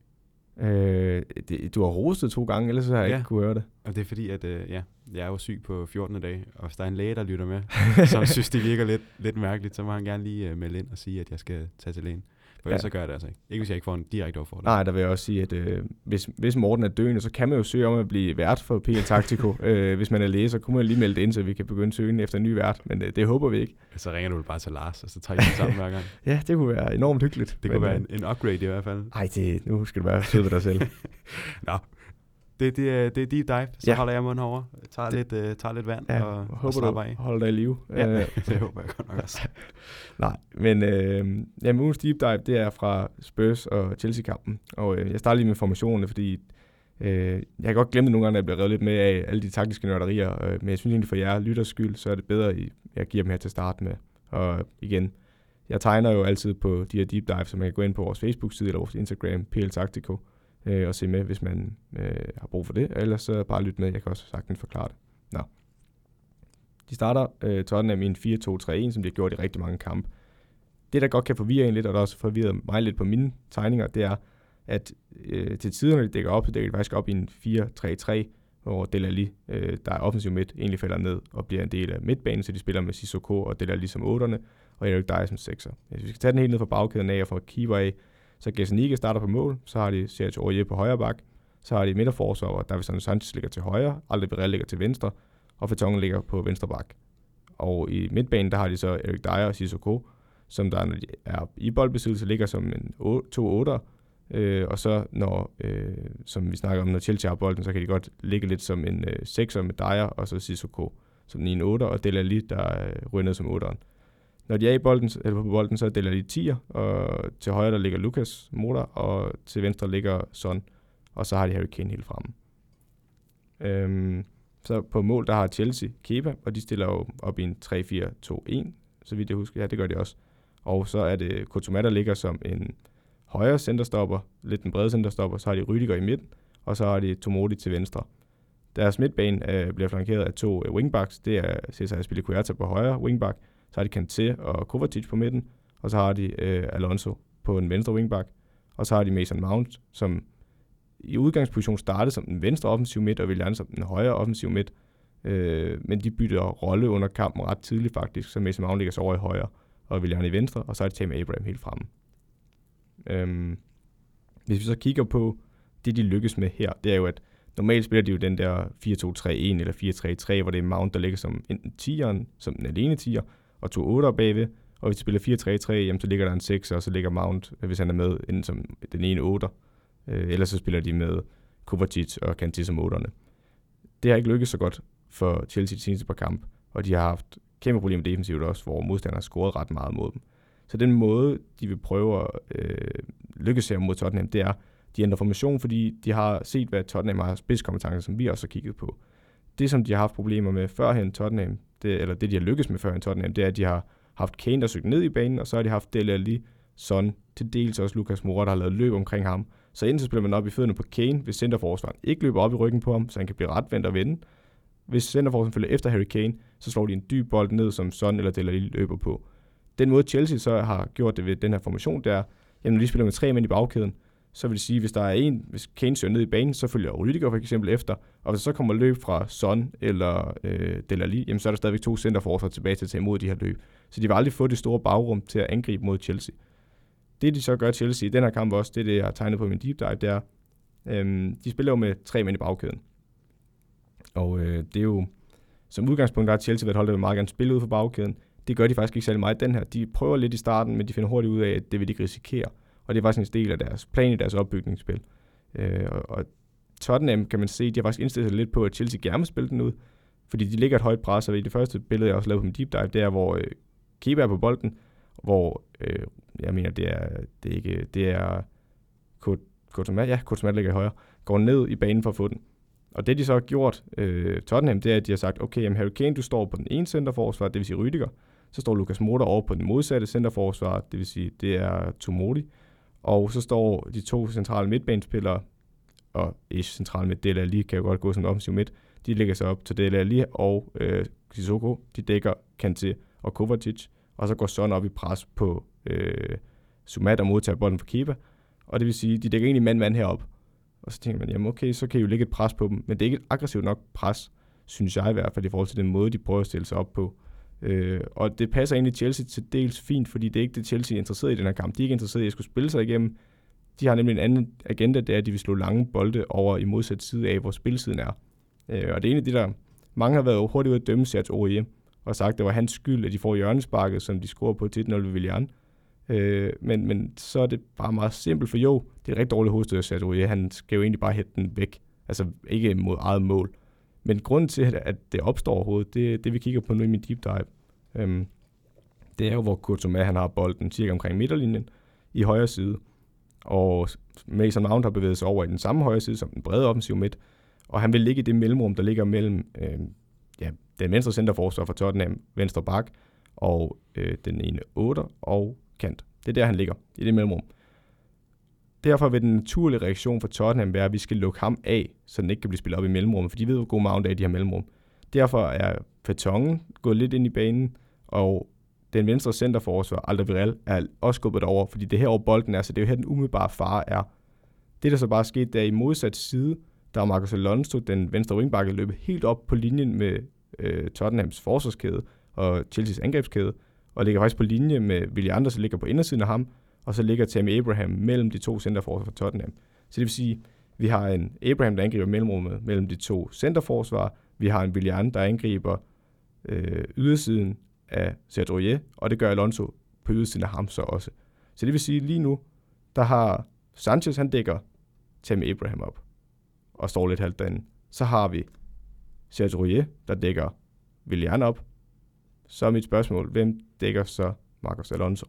Øh, det, du har rostet to gange, ellers så har jeg ja. ikke kunne høre det. Og det er fordi, at øh, ja, jeg er jo syg på fjortende dag, og hvis der er en læge, der lytter med, som synes, det virker lidt, lidt mærkeligt, så må han gerne lige øh, melde ind og sige, at jeg skal tage til lægen. For ellers ja. så gør jeg det altså ikke. Ikke hvis jeg ikke får en direkte opfordring. Nej, der vil jeg også sige, at øh, hvis, hvis Morten er døende, så kan man jo søge om at blive vært for P L Taktiko. øh, hvis man er læge, så kunne man lige melde det ind, så vi kan begynde søgen efter en ny vært. Men øh, det håber vi ikke. Så ringer du bare til Lars, og så tager I det sammen hver gang. Ja, det kunne være enormt hyggeligt. Det kunne men, være en, en upgrade i hvert fald. Ej, det, nu skal du være sød ved dig selv. Nå, det, det, er, det er deep dive. Så ja. holder jeg munden over, tager, det, lidt, uh, tager lidt vand ja, og, håber og slapper du af. holder dig i live. Ja, det håber jeg godt nok også. Nej, men øh, jamen, ugens deep dive, det er fra Spurs og Chelsea-kampen. Og øh, jeg starter lige med formationerne, fordi øh, jeg kan godt glemme det nogle gange, at jeg bliver revet lidt med af alle de taktiske nørderier. Øh, men jeg synes egentlig for jer lytters skyld, så er det bedre, at jeg giver dem her til at starte med. Og igen, jeg tegner jo altid på de her deep dive, så man kan gå ind på vores Facebook-side eller vores Instagram, P L Taktiko, øh, og se med, hvis man øh, har brug for det. Ellers så bare lyt med, jeg kan også sagtens forklare det. Nå. De starter øh, Tottenham i en fire to tre en, som de har gjort i rigtig mange kampe. Det, der godt kan forvirre en lidt, og der også forvirret mig lidt på mine tegninger, det er, at øh, til tider, når de dækker op, så dækker de faktisk op i en fire tre tre, hvor Dele Alli, øh, der er offensiv midt, egentlig falder ned og bliver en del af midtbanen, så de spiller med Sissoko og Dele Alli som otterne, og Eric Dier som sekser. Hvis vi skal tage den helt ned fra bagkæden af og fra keeper af, så Gazzaniga starter på mål, så har de Sergio Aurier på højre bak, så har de midterforsvar, hvor Davinson Sanchez ligger til højre, Alderweireld ligger til venstre, og Vertonghen ligger på venstre bak. Og i midtbanen, der har de så Eric Dier og Sissoko, som der, når de er i boldbesiddelse, ligger som en to otter, øh, og så når, øh, som vi snakker om, når Chelsea har bolden, så kan de godt ligge lidt som en øh, sekser med Dier, og så Sissoko som en otter, og Dele Alli, der er ryndet som otteren. Når de er i bolden, eller på bolden, så er Dele Alli tier, og til højre der ligger Lucas Moura, og til venstre ligger Son, og så har de Harry Kane helt fremme. Øhm, så på mål, der har Chelsea Kepa, og de stiller jo op i en tre fire to en, så vidt jeg husker. Ja, det gør de også. Og så er det Courtois, der ligger som en højre centerstopper, lidt en bred centerstopper, så har de Rüdiger i midten, og så har de Tomodi til venstre. Deres midtbane øh, bliver flankeret af to øh, wingbacks, det er Cesar Azpilicueta på højre wingback, så har de Kanté og Kovacic på midten, og så har de øh, Alonso på en venstre wingback, og så har de Mason Mount, som i udgangsposition startede som den venstre offensiv midt, og Willian som den højre offensiv midt, Øh, men de bytter rolle under kampen ret tidligt faktisk, så Mason Mount ligger så over i højre, og Willian i venstre, og så er det Tammy Abraham helt fremme. Øhm, hvis vi så kigger på det, de lykkes med her, det er jo, at normalt spiller de jo den der fire to tre en eller fire tre tre, hvor det er Mount, der ligger som enten tieren, som den alene tier, og to otter bagved, og hvis de spiller fire tre tre, jamen, så ligger der en sekser, og så ligger Mount, hvis han er med, enten som den ene otter, øh, eller så spiller de med Kovacic og Kanté som otterne. Det har ikke lykkes så godt for Chelsea de seneste par kamp, og de har haft kæmpe problemer defensivt også, hvor modstanderne har scoret ret meget mod dem. Så den måde, de vil prøve at øh, lykkes her mod Tottenham, det er, de ændrer formation, fordi de har set, hvad Tottenham har spidskompetencer, som vi også har kigget på. Det, som de har haft problemer med førhen Tottenham, det, eller det, de har lykkes med førhen Tottenham, det er, at de har haft Kane, der søgt ned i banen, og så har de haft Dele Alli, Son, til dels også Lucas Moura, der har lavet løb omkring ham. Så enten så spiller man op i fødderne på Kane, hvis centerforsvaren ikke løber op i ryggen på ham, så han kan blive retvendt og vende. Hvis centerforsvaren følger efter Harry Kane, så slår de en dyb bold ned, som Son eller Dele Alli løber på. Den måde Chelsea så har gjort det ved den her formation, det er, jamen når de spiller med tre mænd i bagkæden, så vil det sige, hvis der er en, hvis Kane søger ned i banen, så følger Rüdiger for eksempel efter, og hvis der så kommer løb fra Son eller øh, Dele Alli, jamen så er der stadigvæk to centerforsvar tilbage til at tage imod de her løb. Så de vil aldrig få det store bagrum til at angribe mod Chelsea. Det de så gør Chelsea i den her kamp også, det er det, jeg har tegnet på i min deep dive, det er, øhm, de spiller jo med tre mænd i bagkæden. Og øh, det er jo, som udgangspunkt, der har Chelsea været holdt, der vil meget gerne spille ud for bagkæden. Det gør de faktisk ikke særlig meget den her. De prøver lidt i starten, men de finder hurtigt ud af, at det vil de ikke risikere. Og det er faktisk en del af deres plan i deres opbygningsspil. Øh, og, og Tottenham kan man se, de har faktisk indstillet sig lidt på, at Chelsea gerne vil spille den ud, fordi de ligger et højt pres, og i det første billede, jeg også lavede på min deep dive, det er, hvor øh, Kepa er på bolden, hvor, øh, jeg mener, det er, det er ikke, det er Courtois, ja, Courtois ligger i højre, går ned i banen for at få den. Og det de så har gjort, øh, Tottenham, det er, at de har sagt, okay, jamen Harry Kane, du står på den ene centerforsvar, det vil sige Rüdiger, så står Lucas Moura over på den modsatte centerforsvar, det vil sige, det er Tomori, og så står de to centrale midtbanespillere, og ish centrale midt, Dele Alli kan jo godt gå som offensiv midt, de ligger så op til Dele Alli og øh, Sissoko, de dækker Kanté og Kovacic, og så går Son op i pres på øh, Sumat og modtager bolden fra Kepa, og det vil sige, de dækker egentlig mand-mand herop. Og så tænker man, jamen okay, så kan I jo lægge et pres på dem, men det er ikke et aggressivt nok pres, synes jeg i hvert fald, i forhold til den måde, de prøver at stille sig op på. Øh, og det passer egentlig Chelsea til dels fint, fordi det er ikke det, Chelsea er interesseret i den her kamp. De er ikke interesseret i at skulle spille sig igennem. De har nemlig en anden agenda, det er, at de vil slå lange bolde over i modsat side af, hvor spilsiden er. Øh, og det er egentlig det, der mange har været hurtigt ude at dømme Serge Aurier, og sagt, at det var hans skyld, at de får hjørnesparket, som de scorer på til et nul ved Willian. Øh, men, men så er det bare meget simpelt, for jo, det er et rigtig dårligt hovedstød af Serge Aurier. Han skal jo egentlig bare hætte den væk, altså ikke mod eget mål. Men grunden til, at det opstår overhovedet, det det, vi kigger på nu i min deep dive. Øhm, det er jo, hvor Courtois han har bolden cirka omkring midterlinjen i højre side. Og Mason Mount har bevæget sig over i den samme højre side som den brede offensiv midt. Og han vil ligge i det mellemrum, der ligger mellem øhm, ja, den venstre centerforsvar for Tottenham, venstre bak, og øh, den ene otter og kant. Det er der, han ligger, i det mellemrum. Derfor vil den naturlige reaktion for Tottenham være, at vi skal lukke ham af, så den ikke kan blive spillet op i mellemrummet, for de ved, hvor god Mount er i de her mellemrum. Derfor er Vertonghen gået lidt ind i banen, og den venstre centerforsvar, Alderweireld, er også skubbet over, fordi det er herovre bolden er, så det er jo her, den umiddelbare fare er. Det, der så bare skete, der i modsat side, der er Marcos Alonso, den venstre wingback, løbet helt op på linjen med øh, Tottenhams forsvarskæde og Chelseas angrebskæde, og ligger faktisk på linje med Willian, der ligger på indersiden af ham, og så ligger Tammy Abraham mellem de to centerforsvar for Tottenham. Så det vil sige, vi har en Abraham, der angriber mellemrummet mellem de to centerforsvar, vi har en Willian, der angriber øh, ydersiden af Serge Aurier, og det gør Alonso på ydersiden af ham så også. Så det vil sige, lige nu, der har Sanchez, han dækker Tammy Abraham op, og står lidt halvt derinde. Så har vi Serge Aurier, der dækker Willian op. Så er mit spørgsmål, hvem dækker så Marcos Alonso?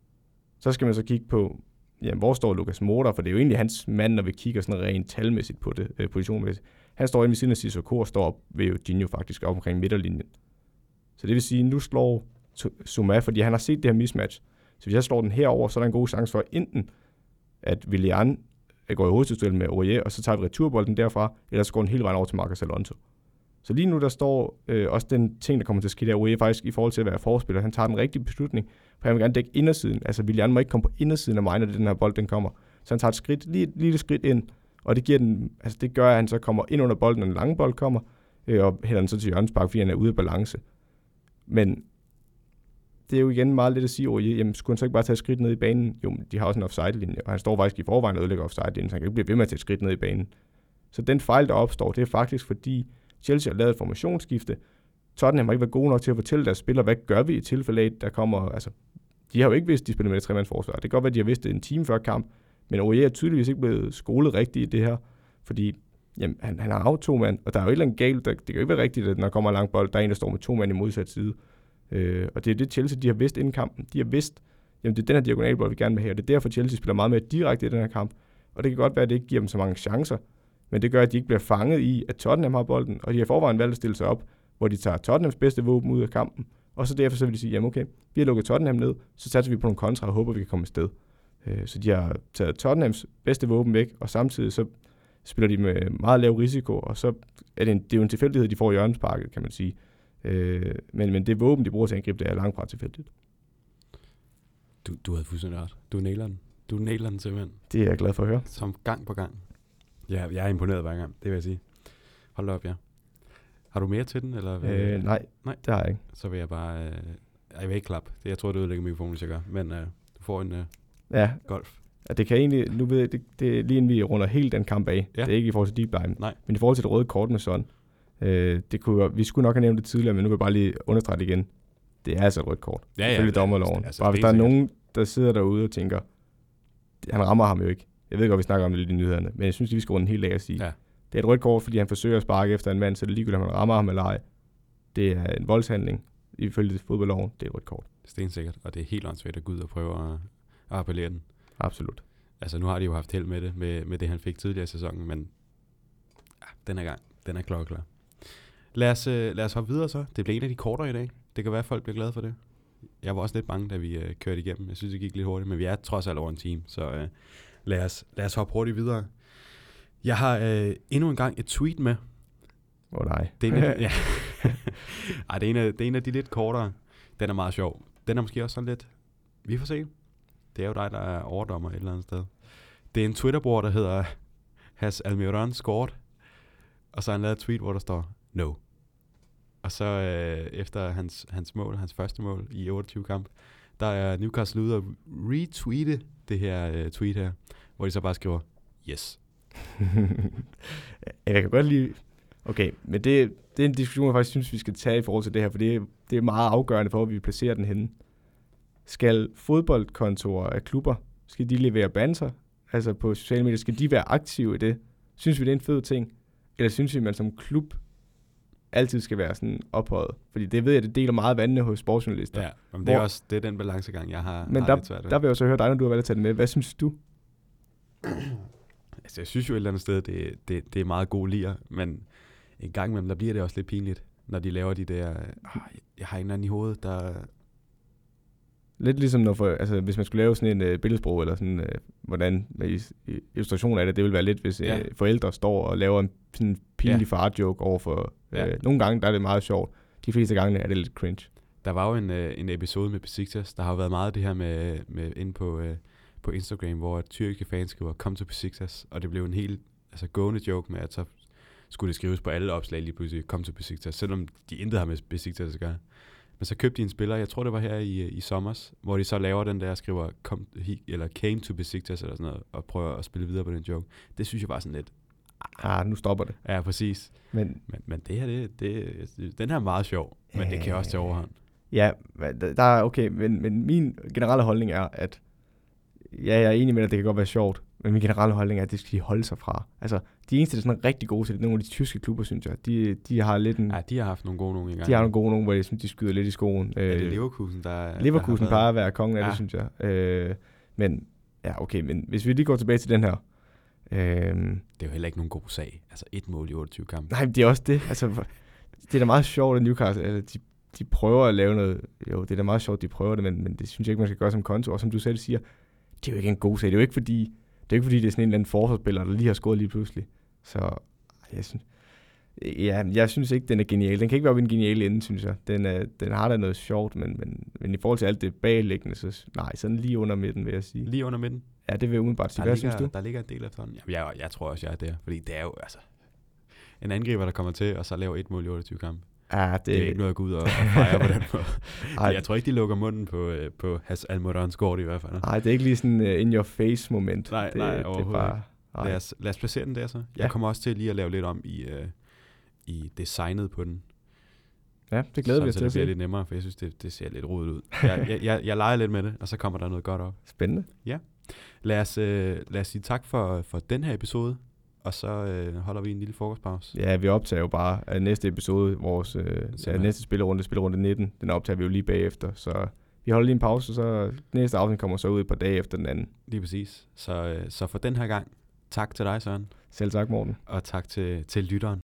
Så skal man så kigge på, jamen, hvor står Lucas Moura, for det er jo egentlig hans mand, når vi kigger sådan rent talmæssigt på det, øh, positionmæssigt. Han står inde ved siden af Sissoko og står op ved Eugenio faktisk op omkring midterlinjen. Så det vil sige, nu slår Zouma, fordi han har set det her mismatch. Så hvis jeg slår den herover, så er der en god chance for enten, at Willian går i hovedstødsduel med Aurier, og så tager vi returbolden derfra, eller så går den hele vejen over til Marcos Alonso. Så lige nu, der står øh, også den ting, der kommer til at ske der, Aurier faktisk i forhold til at være forspiller. Han tager den rigtige beslutning, for han vil gerne dække indersiden. Altså, Willian må ikke komme på indersiden af mig, når den her bold den kommer. Så han tager et skridt, lige et lille skridt ind, og det, giver den, altså, det gør, at han så kommer ind under bolden, når den lange bold kommer. øh, og hælder den så til hjørnespark, fordi han er ude af balance. Men det er jo igen meget lidt at sige, at jamen, skulle han så ikke bare tage et skridt ned i banen? Jo, de har også en offside-linje, og han står faktisk i forvejen og ødelægger offside-linjen, så han kan ikke blive ved med at tage et skridt ned i banen. Så den fejl, der opstår, det er faktisk fordi Chelsea har lavet et formationsskifte. Tottenham har ikke været gode nok til at fortælle deres spillere, hvad gør vi i tilfælde af, der kommer... Altså, de har jo ikke vidst, at de spiller med et tremandsforsvar. Det kan godt være, at de har vidst det en time før kamp, men Aurier er tydeligvis ikke blevet skolet rigtigt i det her, fordi jamen, han, han har af to mand, og der er jo et eller andet galt. Der, det kan jo ikke være rigtigt, at når der kommer en lang bold, der er en, der står med to mand i modsat side. Øh, og det er det, Chelsea de har vidst inden kampen. De har vidst, jamen det er den her diagonalbold, vi gerne vil have, og det er derfor, Chelsea spiller meget mere direkte i den her kamp. Og det kan godt være, at det ikke giver dem så mange chancer, men det gør, at de ikke bliver fanget i, at Tottenham har bolden, og de har forvejen valgt at stille sig op, hvor de tager Tottenhams bedste våben ud af kampen, og så derefter så vil de sige, jamen okay, vi har lukket Tottenham ned, så satser vi på nogle kontra og håber, vi kan komme afsted. Øh, så de har taget Tottenhams bedste våben væk, og samtidig så spiller de med meget lav risiko, og så er det, en, det er jo en tilfældighed, de får i hjørnesparket, kan man sige. Øh, men, men det våben, de bruger til at angribe, det er langt fra tilfældigt. Du, du havde fuldstændig ret. Du er naileren. Du er naileren simpelthen. Det er jeg glad for at høre. Som gang på gang. Ja, jeg er imponeret hver gang, det vil jeg sige. Hold da op, ja. Har du mere til den? Eller øh, nej, nej, det har jeg ikke. Så vil jeg bare... Øh, jeg vil ikke klappe. Jeg tror, det ødelægger mikrofonen, hvis jeg gør. Men øh, du får en øh, ja. golf. Ja, det kan egentlig... Nu ved jeg, det, det er lige inden vi runder helt den kamp af. Ja. Det er ikke i forhold til deep line. Nej. Men i forhold til det røde kort med Son. Øh, det kunne, vi skulle nok have nævnt det tidligere, men nu vil jeg bare lige understrege det igen. Det er altså et rødt kort. Ja, ja. Ifølge dommerloven. Altså, bare hvis der er nogen, der sidder derude og tænker, han rammer ham jo ikke. Jeg ved godt, vi snakker om det lidt i nyhederne, men jeg synes, vi skal runde en hel dag og sige, ja. Det er et rødt kort, fordi han forsøger at sparke efter en mand, så det er ligegyldigt, om han rammer ham eller ej. Det er en voldshandling ifølge fodboldloven. Det er et rødt kort. Stensikkert, og det er helt åndssvagt at gå ud og prøve at, at appellere den. Absolut. Altså nu har de jo haft held med det, med, med det han fik tidligere i sæsonen, men ja, den er gang, den er klokkeklar. Lad os, øh, lad os hoppe videre så. Det bliver en af de kortere i dag. Det kan være, at folk bliver glade for det. Jeg var også lidt bange, da vi øh, kørte igennem. Jeg synes, det gik lidt hurtigt, men vi er trods alt over en time, så øh, lad, os, lad os hoppe hurtigt videre. Jeg har øh, endnu en gang et tweet med. Åh oh, nej. Det er, en af, ja. Ej, det, er en af, det er en af de lidt kortere. Den er meget sjov. Den er måske også sådan lidt... Vi får se. Det er jo dig, der er overdommer et eller andet sted. Det er en Twitter-bruger, der hedder Has Almiron scored? Og så har han lavet et tweet, hvor der står no. Og så øh, efter hans, hans mål, hans første mål i otteogtyve kamp, der er Newcastle ude og retweete det her øh, tweet her, hvor de så bare skriver yes. Jeg kan godt lide... Okay, men det, det er en diskussion, jeg faktisk synes, vi skal tage i forhold til det her, for det er, det er meget afgørende for, hvor vi placerer den henne. Skal fodboldkontorer af klubber, skal de levere banter, altså på sociale medier, skal de være aktive i det? Synes vi, det er en fed ting? Eller synes vi, at man som klub altid skal være sådan ophøjet? Fordi det ved jeg, det deler meget vandene hos sportsjournalister. Ja, men det er også det er den balancegang, jeg har. Men har der, lidt svært ved. der vil jeg også høre dig, når du har valgt at tage det med. Hvad synes du? Altså, jeg synes jo et eller andet sted, det, det, det er meget god lir, men en gang imellem, der bliver det også lidt pinligt, når de laver de der, øh, jeg har en eller anden i hovedet, der... Lidt ligesom, når for, altså, hvis man skulle lave sådan en uh, billedsprog, eller sådan, uh, hvordan med illustration af det, det vil være lidt, hvis uh, ja. forældre står og laver en sådan pinlig ja. far-joke overfor... Uh, ja. Nogle gange, der er det meget sjovt. De fleste gange er det lidt cringe. Der var jo en, uh, en episode med Besiktas, der har jo været meget det her med, med inde på, uh, på Instagram, hvor tyrkiske fans skriver, kom til Besiktas, og det blev en helt altså, gående joke med, at så skulle det skrives på alle opslag lige pludselig, kom til Besiktas, selvom de intet har med Besiktas at gøre. Men så købte de en spiller, jeg tror det var her i, i sommers, hvor de så laver den der, skriver, kom, he, eller came to Besiktas, eller sådan noget, og prøver at spille videre på den joke. Det synes jeg var sådan lidt... Ah, nu stopper det. Ja, præcis. Men, men, men det her, det, det, den her er meget sjov, men øh, det kan også tage overhånd. Ja, der er okay, men, men min generelle holdning er, at ja, jeg er enig med, at det kan godt være sjovt, men min generelle holdning er, at det skal de holde sig fra. Altså, de eneste, der er sådan rigtig gode til det, nogle af de tyske klubber, synes jeg, de, de har lidt en... Ja, de har haft nogle gode nogle i gang. De har nogle gode nogle, hvor jeg synes, de skyder lidt i skoen. Ja, det er Leverkusen, der... Leverkusen der plejer at være kongen af ja. det, synes jeg. Øh, men, ja, okay, men hvis vi lige går tilbage til den her... Øh, det er jo heller ikke nogen god sag. Altså, et mål i otteogtyve kampe. Nej, men det er også det. Altså, det er da meget sjovt, at Newcastle... Altså, de, de prøver at lave noget... Jo, det er da meget sjovt, de prøver det, men, men det synes jeg ikke, man skal gøre som konto. Og som du selv siger, det er jo ikke en god sag. Det er jo ikke fordi... Det er ikke fordi, det er sådan en eller anden forsvarsspiller, der lige har scoret lige pludselig. Så jeg synes, ja, jeg synes ikke, den er genial. Den kan ikke være en genial ende, synes jeg. Den, er, den har da noget sjovt, men, men, men i forhold til alt det bagliggende, så nej, sådan lige under midten, vil jeg sige. Lige under midten? Ja, det vil jeg umiddelbart sige. Hvad ligger, synes du? Der ligger en del efterhånden. Jamen, jeg, jeg tror også, jeg er der, fordi det er jo, altså... en angriber, der kommer til, og så laver et mål i otteogtyve kampe. Ja, det, Det er ikke noget at gå ud og, og fejre på den måde. Jeg tror ikke, de lukker munden på, øh, på Has Almodóns kort i hvert fald. Nej, det er ikke lige sådan uh, in-your-face moment. Nej, det, nej, det overhovedet er bare, ikke. Lad os, lad os placere den der så. Jeg Ja. kommer også til lige at lave lidt om i, øh, i designet på den. Ja, det glæder vi os så til det at bliver se. lidt nemmere, for jeg synes, det, det ser lidt rodet ud. Jeg, jeg, jeg, jeg leger lidt med det, og så kommer der noget godt op. Spændende. Lad os, øh, lad os sige tak for, for den her episode, og så øh, holder vi en lille frokostpause. Ja, vi optager jo bare af næste episode, vores øh, ja, næste spillerunde, spillerunde nitten, den optager vi jo lige bagefter, så vi holder lige en pause, så næste afsnit kommer så ud et par dage efter den anden. Lige præcis. Så, øh, så for den her gang, tak til dig, Søren, Selv tak, Morten. og tak til, til lytteren.